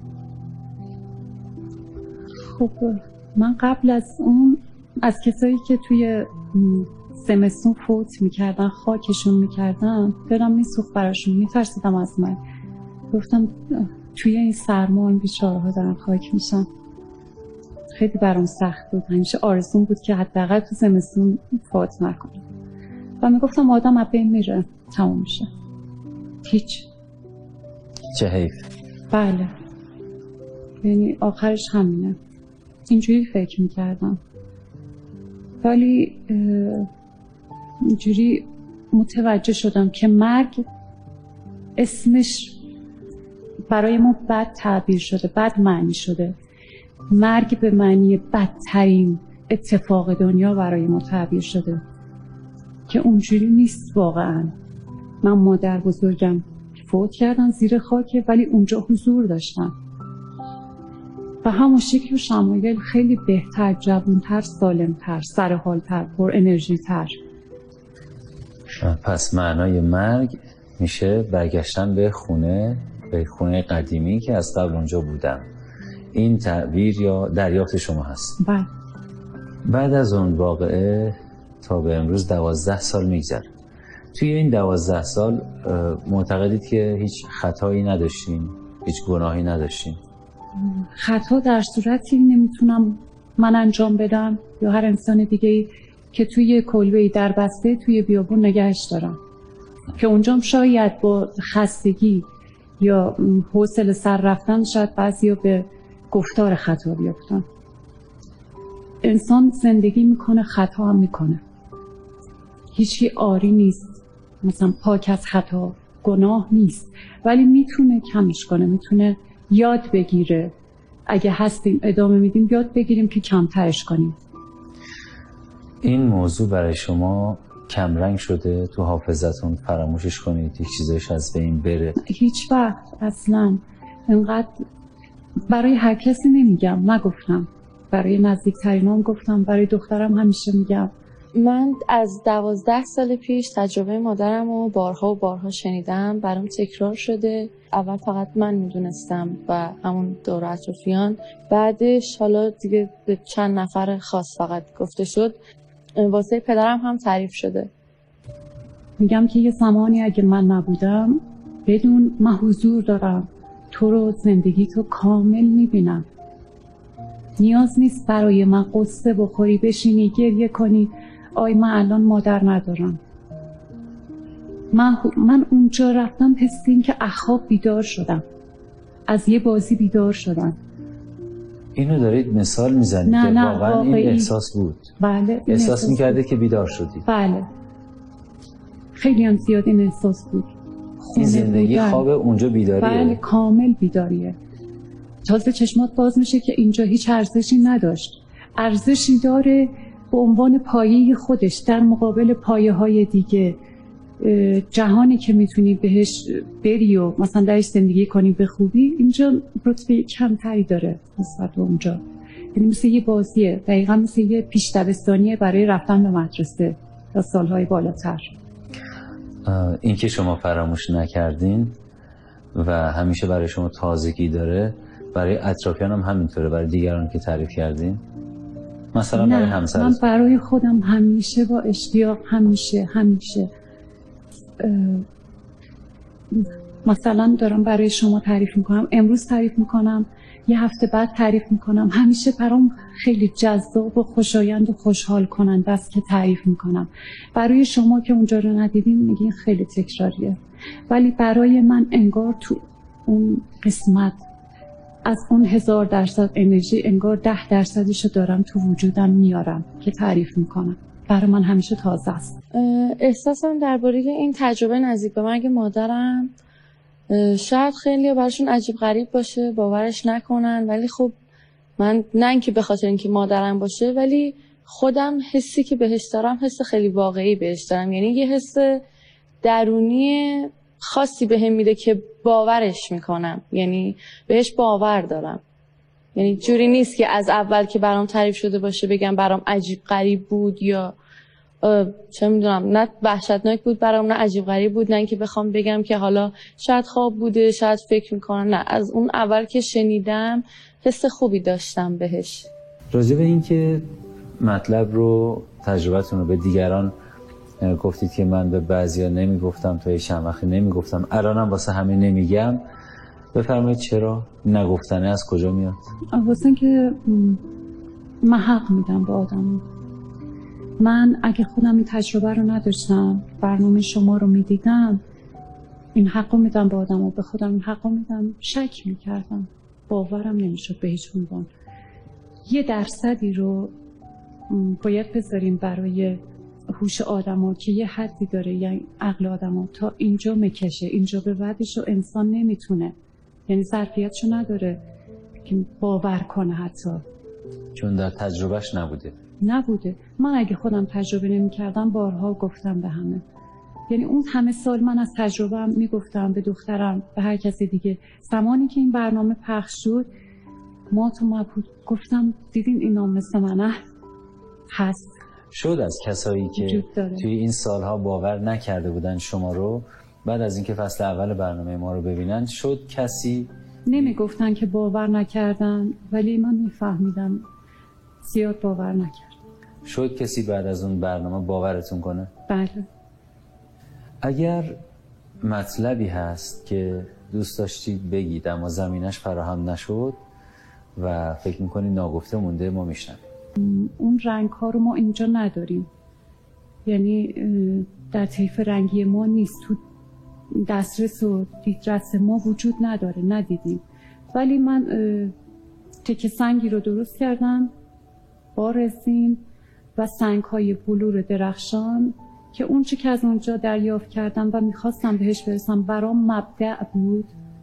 Speaker 2: خب من قبل از اون از کسایی که توی زمستون فوت میکردن، خاکشون میکردن، دلم میسوخت براشون، میترسیدم از من. گفتم توی این سرما این بیچاره ها دارن خاک میشن. خیلی برام سخت بود. همیشه آرزوم بود که حداقل تو زمستون فوت نکنم. و میگفتم آدم از بین میره، تموم میشه، هیچ.
Speaker 3: چه حیف.
Speaker 2: بله، یعنی آخرش همینه. اینجوری فکر میکردم، ولی اینجوری متوجه شدم که مرگ اسمش برای ما بد تعبیر شده، بد معنی شده. مرگ به معنی بدترین اتفاق دنیا برای ما تعبیر شده که اونجوری نیست واقعا. من مادر بزرگم فوت کردن زیر خاکه، ولی اونجا حضور داشتم و همون شکل و شمایل خیلی بهتر، جوانتر، سالمتر، سرحالتر، پر انرژیتر.
Speaker 3: پس معنای مرگ میشه برگشتن به خونه، به خونه قدیمی که از قبل اونجا بودم. این تعبیر یا دریافت شما هست؟
Speaker 2: بله.
Speaker 3: بعد از اون واقعه تا به امروز دوازده سال میگذره. توی این دوازده سال معتقدید که هیچ خطایی نداشتین، هیچ گناهی نداشتین؟
Speaker 2: خطا در صورتی نمیتونم من انجام بدم یا هر انسان دیگه‌ای که توی کلبه‌ای در بسته توی بیابون نگهش دارم که اونجام شاید با خستگی یا حوصله سر رفتن شاید بعضیا به گفتار خطا بیفتن. انسان زندگی میکنه، خطا هم میکنه، هیچی آری نیست، مثلا پاک از خطا گناه نیست، ولی میتونه کمش کنه، میتونه یاد بگیره. اگه هستیم ادامه میدیم یاد بگیریم که کمترش کنیم.
Speaker 3: این موضوع برای شما کمرنگ شده تو حافظتون، فراموشش کنید، یک چیزایش از بین بره؟
Speaker 2: هیچ وقت اصلا. انقدر برای هر کسی نمیگم، نگفتم، برای نزدیکترینام گفتم، برای دخترم همیشه میگم.
Speaker 6: من از دوازده سال پیش تجربه مادرم رو بارها و بارها شنیدم، برام تکرار شده. اول فقط من میدونستم و همون دور اطرافیان، بعدش حالا دیگه به چند نفر خاص فقط گفته شد، واسه پدرم هم تعریف شده.
Speaker 2: میگم که یه زمانی اگه من نبودم، بدون من حضور دارم، تو رو، زندگی تو کامل میبینم. نیاز نیست برای من قصه بخوری، بشینی گریه کنی آی من الان مادر ندارم. من, من اونجا رفتم حس این که اخواب بیدار شدم، از یه بازی بیدار شدم.
Speaker 3: اینو دارید مثال میزنید که
Speaker 2: نه
Speaker 3: واقعا
Speaker 2: واقعی.
Speaker 3: این احساس بود؟
Speaker 2: بله.
Speaker 3: احساس میکرده که بیدار شدی؟
Speaker 2: بله، خیلی هم زیاد این احساس بود.
Speaker 3: این زندگی بودن. خواب اونجا بیداریه؟
Speaker 2: بله کامل بیداریه. تازه چشمات باز میشه که اینجا هیچ ارزشی نداشت، ارزشی داره به عنوان پایه خودش در مقابل پایه های دیگه جهانی که میتونی بهش بری و مثلا درش زندگی کنی به خوبی، اینجا رتبه کمتری داره نسبت به اونجا. یعنی مثل یه بازیه، دقیقا مثل یه پیش دبستانیه برای رفتن به مدرسه تا سالهای بالاتر.
Speaker 3: این که شما فراموش نکردین و همیشه برای شما تازگی داره، برای اطرافیان هم همینطوره، برای دیگران که تعریف کردین؟ مثلا برای همسر؟
Speaker 2: من برای خودم همیشه با اشتیاق، همیشه همیشه مثلا دارم برای شما تعریف میکنم، امروز تعریف میکنم، یه هفته بعد تعریف میکنم، همیشه برام خیلی جذاب و خوشایند و خوشحال کننده است که تعریف میکنم. برای شما که اونجا رو ندیدین میگین خیلی تکراریه، ولی برای من انگار تو اون قسمت از اون هزار درصد انرژی انگار ده درصدشو دارم تو وجودم میارم که تعریف میکنم. برای من همیشه تازه است.
Speaker 6: احساسم درباره این تجربه نزدیک به مرگ مادرم شاید خیلی براشون عجیب غریب باشه، باورش نکنن، ولی خب من نه اینکه به خاطر اینکه مادرم باشه، ولی خودم حسی که بهش دارم حس خیلی واقعی بهش دارم. یعنی یه حس درونی خاصی بهم میده که باورش میکنم، یعنی بهش باور دارم. یعنی جوری نیست که از اول که برام تعریف شده باشه بگم برام عجیب غریب بود یا چه میدونم، نه وحشتناک بود برام، نه عجیب غریب بود، نه اینکه بخوام بگم که حالا شاید خواب بوده، شاید فکر میکنم. نه، از اون اول که شنیدم حس خوبی داشتم بهش.
Speaker 3: راجع به این که مطلب رو، تجربتون رو به دیگران گفتید که من به بعضیا نمیگفتم، تا چند وقتی نمیگفتم، الانم واسه همه نمیگم، بفرمایید چرا؟ نگفتنه از کجا میاد؟
Speaker 2: واسه که من حق میدم به آدم. من اگه خودم این تجربه رو نداشتم، برنامه شما رو میدیدم، این حق رو میدم به آدم و به خودم این حق رو میدم. شک میکردم، باورم نمیشد به هیچ عنوان. یه درصدی رو باید بذاریم برای هوش آدم‌ها که یه حدی داره، یعنی عقل آدم‌ها تا اینجا میکشه، اینجا به بعدش رو انسان نمیتونه، یعنی ظرفیتشو نداره که باور کنه حتی،
Speaker 3: چون در تجربهش نبوده
Speaker 2: نبوده. من اگه خودم تجربه نمی کردم بارها گفتم به همه، یعنی اون همه سال من از تجربه‌ام میگفتم به دخترم، به هر کسی دیگه. زمانی که این برنامه پخش شد ما تو مبهوت گفتم دیدین اینا مثل منه هست.
Speaker 3: شد از کسایی که توی این سالها باور نکرده بودن شما رو، بعد از اینکه فصل اول برنامه ما رو ببینن، شد کسی؟
Speaker 2: نمیگفتن که باور نکردن، ولی من میفهمیدم زیاد باور نکرد.
Speaker 3: شد کسی بعد از اون برنامه باورتون کنه؟
Speaker 2: بله.
Speaker 3: اگر مطلبی هست که دوست داشتید بگید اما زمینش فراهم نشد و فکر میکنید ناگفته مونده، ما میشنویم.
Speaker 2: اون رنگ ها رو ما اینجا نداریم، یعنی در طیف رنگی ما نیست، تو دسترس و دیدرس ما وجود نداره، ندیدیم. ولی من تکه سنگی رو درست کردم با رزین و سنگ های بلور درخشان که اون چی که از اونجا دریافت کردم و میخواستم بهش برسم برام مبدأ بود،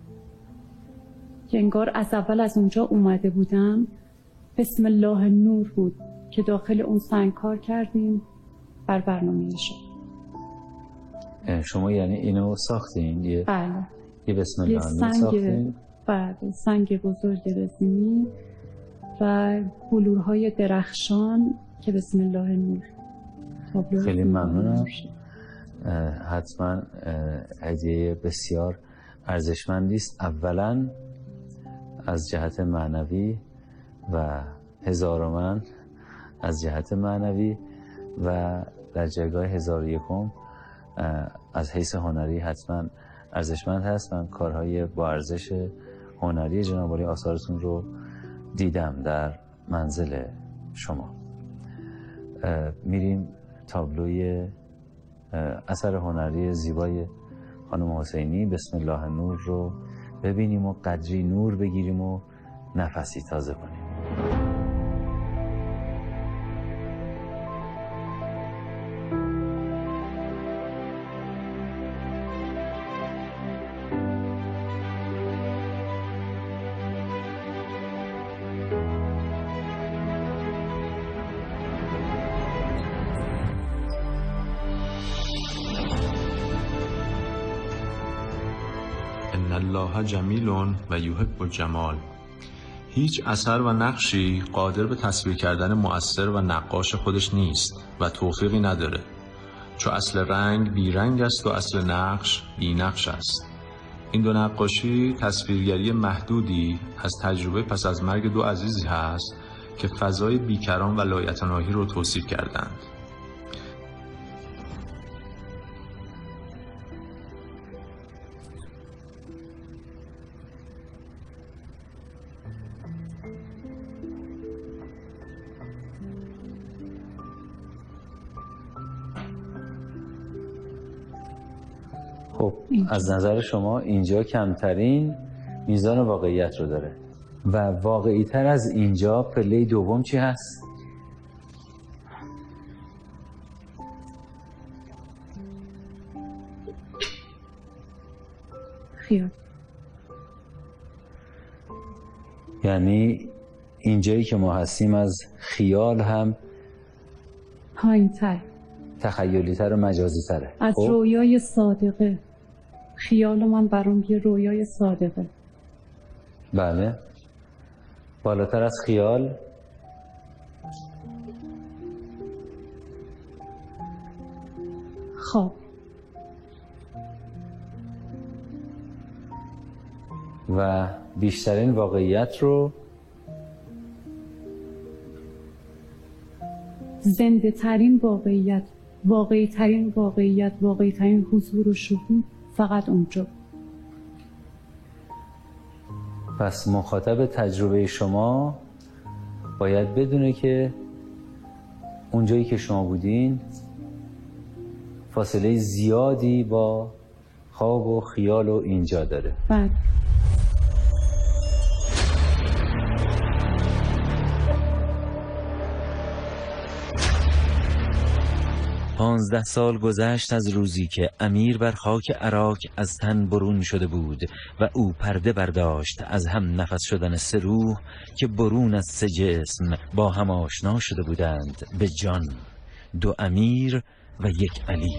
Speaker 2: که انگار از اول از اونجا اومده بودم. بسم الله نور بود که داخل اون سنگ کار کردیم بر برنامه شما.
Speaker 3: شما یعنی اینو ساختین؟ یه
Speaker 2: بله.
Speaker 3: یه بسم الله نور ساختین؟
Speaker 2: بله، سنگ بزرگ رزینی و بلورهای درخشان که بسم الله نور.
Speaker 3: خیلی ممنونم. حتما هدیه بسیار ارزشمندی است، اولا از جهت معنوی و هزارمن از جهت معنوی و در جایگاه هزار و یکم از حیث هنری حتما ارزشمند هست. من کارهای با ارزش هنری جناب عالی آثارتون رو دیدم در منزل شما. میریم تابلوی اثر هنری زیبای خانم حسینی بسم الله نور رو ببینیم و قدری نور بگیریم و نفسی تازه کنیم.
Speaker 7: ان الله جمیل و یحب الجمال. هیچ اثر و نقشی قادر به تصویر کردن مؤثر و نقاش خودش نیست و توفیقی نداره، چون اصل رنگ بی رنگ است و اصل نقش بی نقش است. این دو نقاشی تصویرگری محدودی از تجربه پس از مرگ دو عزیزی هست که فضای بیکران و لایتناهی رو توصیف کردند.
Speaker 3: خب از نظر شما اینجا کمترین میزان واقعیت رو داره و واقعی تر از اینجا پله دوم چی هست؟
Speaker 2: خیال.
Speaker 3: یعنی اینجایی که ما هستیم از خیال هم
Speaker 2: پایین تر،
Speaker 3: تخیلی تر و مجازی تره.
Speaker 2: از
Speaker 3: خب؟
Speaker 2: رویای صادقه. خیال من برام یه رویای صادقه.
Speaker 3: بله. بالاتر از خیال
Speaker 2: خواب.
Speaker 3: و بیشترین واقعیت رو
Speaker 2: زنده ترین واقعیت، واقعی ترین واقعیت، واقعی ترین حضور و شهود فقط اونجا.
Speaker 3: پس مخاطب تجربه شما باید بدونه که اونجایی که شما بودین فاصله زیادی با خواب و خیال و اینجا داره.
Speaker 2: بله.
Speaker 1: پانزده سال گذشت از روزی که امیر بر خاک عراق از تن برون شده بود و او پرده برداشت از هم نفس شدن سه روح که برون از سه جسم با هم آشنا شده بودند به جان، دو امیر و یک علی.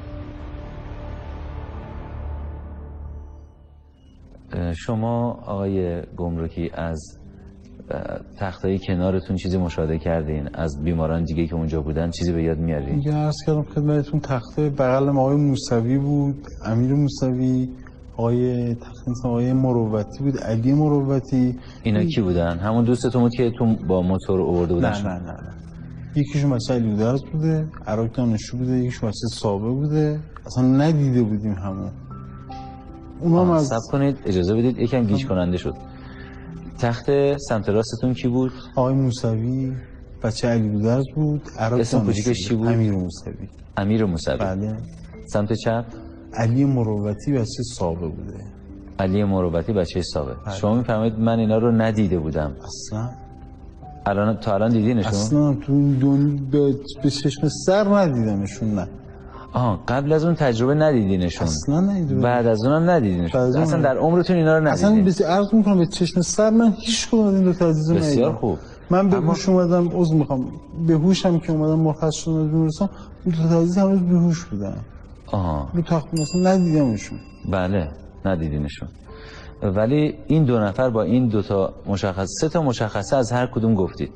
Speaker 3: شما آقای گمرکی از تختای کنارتون چیزی مشاهده کردین؟ از بیماران دیگه که اونجا بودن چیزی به یاد میارین؟
Speaker 8: دیگه عرض کردم خدمتتون تخته بغل آقای موسوی بود، امیر موسوی، آقای تخت آقای مروتی بود، علی مروتی.
Speaker 3: اینا کی بودن؟ همون دوستتون بود که تو با موتور آورده بودن؟
Speaker 8: نه نه نه نه. یکیشون مثلا علی درز بوده، عراق دانشجو بوده، یکیشون مثلا سابه بوده. اصلا ندیده بودیم همون. اونم از
Speaker 3: صبر کنید اجازه بدید یکم گیج کننده شد. تخت سمت راستتون کی بود؟
Speaker 8: آقای موسوی، بچه علی بودرز بود.
Speaker 3: اسم کوچیکش چی بود؟
Speaker 8: امیر موسوی.
Speaker 3: امیر موسوی.
Speaker 8: بله.
Speaker 3: سمت چپ؟
Speaker 8: علی مروتی بچه سابه بوده.
Speaker 3: علی مروتی بچه سابه. بله. شما میفرمایید من اینا رو ندیده بودم.
Speaker 8: اصلا.
Speaker 3: الان تا الان دیدینشون؟
Speaker 8: اصلا تو این دنیا به, به چشم سر ندیدمشون. نه.
Speaker 3: آها قبل از اون تجربه ندیدینشون؟
Speaker 8: اصلا ندیدم.
Speaker 3: بعد از اونم ندیدینشون؟ اصلا در عمرتون اینا رو ندیدین؟
Speaker 8: اصلا بس عرض میکنم به چشم سر من هیچ کدوم از این دو تا عزیز ندیدم.
Speaker 3: بسیار خوب.
Speaker 8: من به هوش اما... اومدم، عذر میخوام، به هوشم که اومدم مرخص شدم از بیمارستان، اون دو تا عزیز هنوز به هوش بودن.
Speaker 3: آها.
Speaker 8: رو تخت مثلا ندیدمشون.
Speaker 3: بله ندیدینشون. ولی این دو نفر با این دو تا مشخص، سه تا مشخصه از هر کدوم گفتید.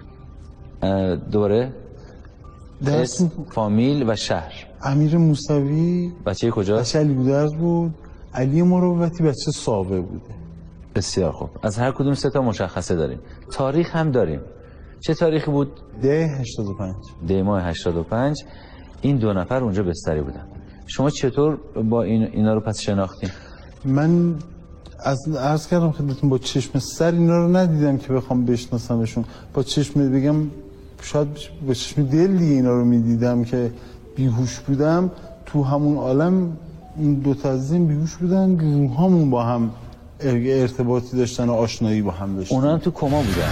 Speaker 3: دوره اسم، فامیل و شهر.
Speaker 8: امیر موسوی
Speaker 3: بچه کجاست؟
Speaker 8: بچه علی بودرز بود. علی مروتی بچه سابه بوده.
Speaker 3: بسیار خوب. از هر کدوم سه تا مشخصه داریم. تاریخ هم داریم. چه تاریخی بود؟
Speaker 8: ده هشتاد و پنج.
Speaker 3: ده ماه هشتاد و پنج. این دو نفر اونجا بستری بودن. شما چطور با این اینا رو پس شناختین؟
Speaker 8: من از عرض کردم خدمتتون با چشم سر اینا رو ندیدم که بخوام بشناسمشون. با چشم بگم شاید با چشم دل دیگه اینا رو میدیدم که بیهوش بودم. تو همون عالم این دو تا عزیزم بیهوش بودن، روحامون با هم ارتباطی داشتن و آشنایی با هم داشتن.
Speaker 3: اونا هم تو کما بودن.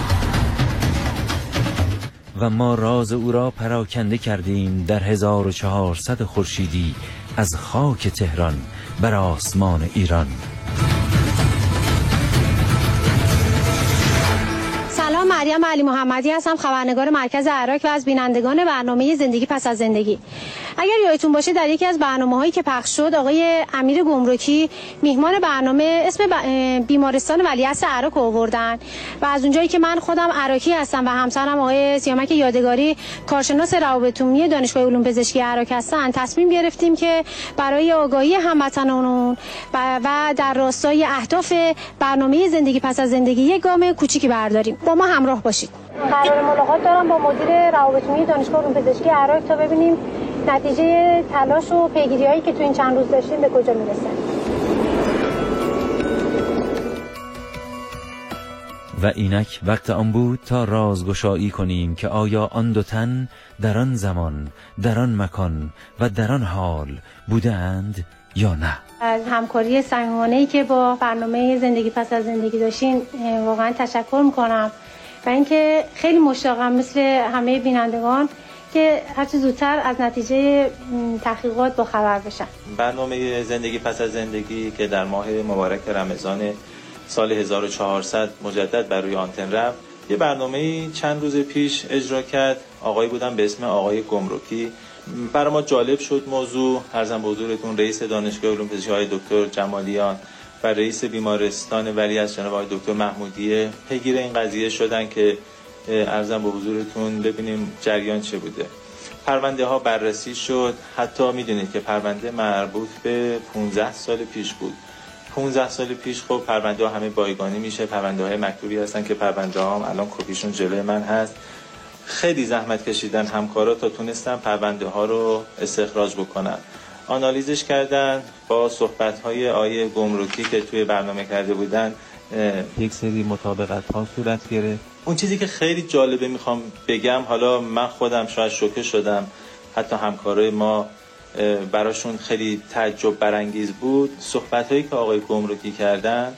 Speaker 1: و ما راز او را پراکنده کردیم در هزار و چهارصد خورشیدی از خاک تهران بر آسمان ایران.
Speaker 9: سلام، مریم مریم علی محمدی هستم، خبرنگار مرکز عراق و از بینندگان برنامه زندگی پس از زندگی. اگر یادتون باشه در یکی از برنامه‌هایی که پخش شد آقای امیر گمرکی میهمان برنامه اسم بیمارستان ولیعصر عراق آوردن و از اونجایی که من خودم عراقی هستم و همسرم آقای سیامک یادگاری کارشناس روابط عمومی دانشگاه علوم پزشکی عراق هستن، تصمیم گرفتیم که برای آگاهی هموطنانمون و در راستای اهداف برنامه زندگی پس از زندگی یک گام کوچیکی برداریم. با ما همراه باشید. قرار ملاقات دارم با مدیر روابط عمومی دانشگاه علوم پزشکی عراق تا ببینیم نتیجه تلاش و پیگیری‌هایی که تو این چند روز داشتیم به کجا میرسه.
Speaker 1: و اینک وقت آن بود تا رازگشایی کنیم که آیا آن دو تن در آن زمان، در آن مکان و در آن حال بودند یا نه.
Speaker 9: از همکاری صمیمانه‌ای که با برنامه زندگی پس از زندگی داشتین واقعا تشکر میکنم و اینکه خیلی مشتاقم مثل همه بینندگان که هرچه زودتر از نتیجه تحقیقات با خبر بشن.
Speaker 10: برنامه زندگی پس از زندگی که در ماه مبارک رمضان سال هزار و چهارصد مجدد بر روی آنتن رفت، یه برنامه چند روز پیش اجرا کرد. آقایی بودن به اسم آقای گمرکی. برای ما جالب شد موضوع. عرضم به حضورتون رئیس دانشگاه علوم پزشکی آقای دکتر جمالیان و رئیس بیمارستان ولیعصر جناب آقای دکتر محمودی پیگیر این قضیه شدن که عرضم به حضورتون ببینیم جریان چه بوده. پرونده ها بررسی شد. حتی میدونید که پرونده مربوط به پانزده سال پیش بود. پانزده سال پیش خب پرونده ها همه بایگانی میشه. پرونده های مکتوبی هستن که پرونده ها هم الان کپیشون جلوی من هست. خیلی زحمت کشیدن همکارا تا تونستن پرونده ها رو استخراج بکنن. آنالیزش کردن. با صحبت های آیه گمرکی که توی برنامه کرده بودن یک سری مطابقت ها صورت گرفت. اون چیزی که خیلی جالبه میخوام بگم، حالا من خودم شاید شوکه شدم، حتی همکارای ما براشون خیلی تعجب برانگیز بود، صحبت هایی که آقای گمرکی کردن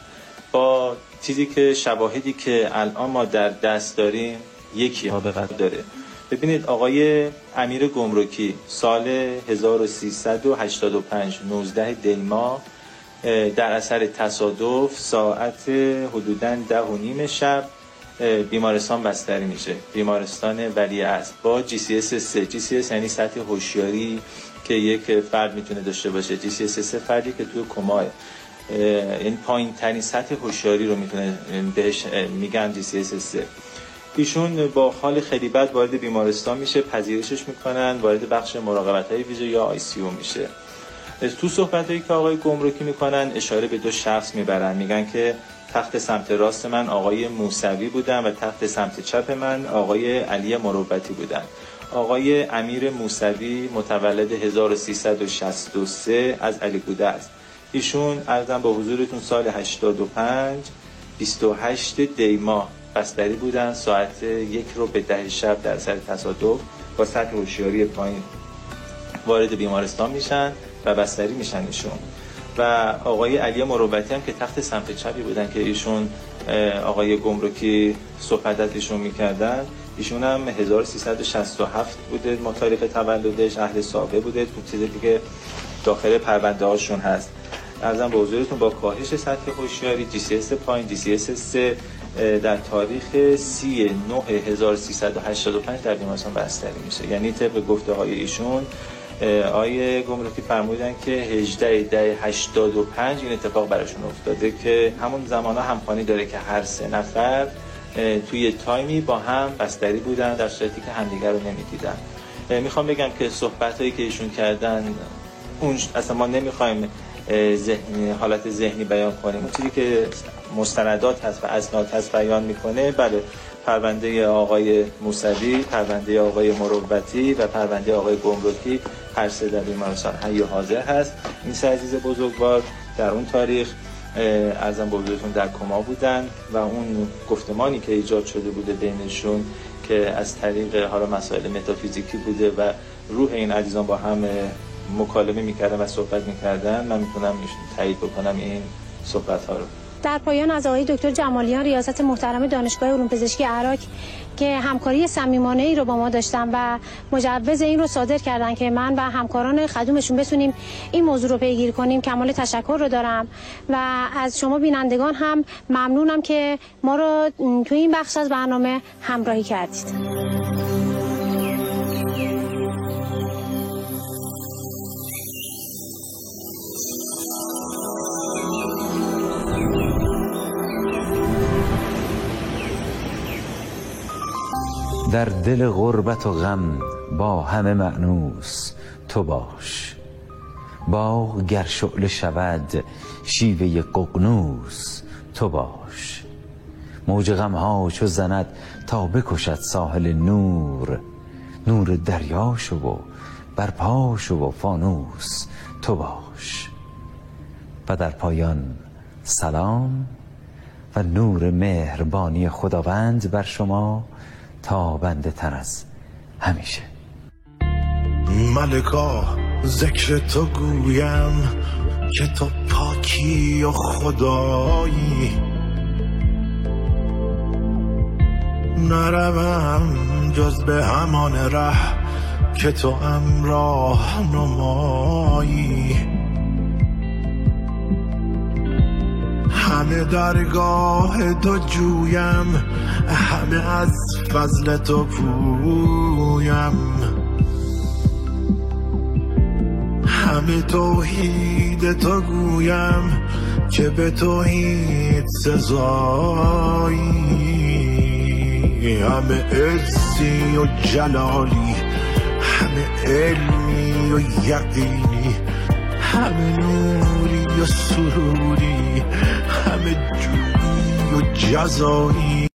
Speaker 10: با چیزی که شواهدی که الان ما در دست داریم یکی مطابقت داره. ببینید آقای امیر گمرکی سال هزار و سیصد و هشتاد و پنج نوزده دی ماه در اثر تصادف ساعت حدوداً ده و نیم شب بیمارستان بستری میشه. بیمارستان ولیعصر با جی سی اس سه. جی سی اس یعنی سطح هوشیاری که یک فرد میتونه داشته باشه. جی سی اس سه فردی که توی کماه، این پایین ترین سطح هوشیاری رو میتونه بهش میگن جی سی اس سه. ایشون با حال خیلی بد وارد بیمارستان میشه، پذیرشش میکنن، وارد بخش مراقبت‌های ویژه یا آی سی یو میشه. تو صحبتایی که آقای گمرکی میکنن اشاره به دو شخص میبرن، میگن که تخت سمت راست من آقای موسوی بودن و تخت سمت چپ من آقای علی مروتی بودن. آقای امیر موسوی متولد هزار و سیصد و شصت و سه از علیگوده است. ایشون عرضم به حضورتون سال هشتاد و پنج بیست و هشت دی ماه بستری بودن. ساعت یک رو به ده شب در سر تصادف با سطح هوشیاری پایین وارد بیمارستان میشن و بستری میشن ایشون. و آقای علی مروتی هم که تخت سمت چپی بودن که ایشون آقای گمرکی صحبت از ایشون میکردن، ایشون هم هزار و سیصد و شصت و هفت بوده تاریخ تولدش، اهل سابه بوده. تو چیزی دیگه داخل پرونده هاشون هست. عرضم به حضورتون با کاهش سطح هوشیاری جی سی اس پایین جی سی اس سه در تاریخ سی نه هزار و سیصد و هشتاد و پنج در بیمارستان بستری میشه. یعنی طبق گفته های ایشون آیه گمرکی فرمودن که هجده دی هشتاد و پنج این اتفاق براشون افتاده که همون زمانا همخوانی داره که هر سه نفر توی تایمی با هم بستری بودن در صورتی که همدیگر رو نمیدیدن. میخوام بگم که صحبتایی که ایشون کردن اون اصلا ما نمیخوایم ذهنی حالت ذهنی بیان کنیم. اون چیزی که مستندات هست و اسناد هست بیان میکنه. بله، پرونده آقای موسوی، پرونده آقای مروتی و پرونده آقای گمرکی هر سه در بیمارستان حی و حاضر هست. این سه عزیز بزرگوار در اون تاریخ ارزم به حضورتون در کما بودن و اون گفتمانی که ایجاد شده بوده بینشون که از طریق حالا مسائل متافیزیکی بوده و روح این عزیزان با هم مکالمه میکردن و صحبت میکردن، من میتونم تایید بکنم این صحبت ها رو.
Speaker 9: در پایان از آقای دکتر جمالیان ریاست محترم دانشگاه علوم پزشکی عراق که همکاری صمیمانه ای رو با ما داشتن و مجوز این رو صادر کردن که من و همکاران خدومشون بتونیم این موضوع رو پیگیری کنیم. کمال تشکر رو دارم و از شما بینندگان هم ممنونم که ما رو تو این بخش از برنامه همراهی کردید.
Speaker 1: در دل غربت و غم با همه مأنوس تو باش. باغ گر شعله شود شیوه ققنوس تو باش. موج غمها چو زند تا بکشد ساحل نور، نور دریا شو و بر پا شو و فانوس تو باش. و در پایان سلام و نور مهربانی خداوند بر شما تا بنده تر از همیشه.
Speaker 11: ملکا ذکر تو گویم که تو پاکی و خدایی، نروم جز به همان ره که تو امراه نمایی. همه درگاه تو جویم، همه از فضل تو پویم، همه توحید تو گویم که به توحید سزایی. همه عزی و جلالی، همه علمی و یقینی، همه نوری و سروری، همه جویی و جزایی.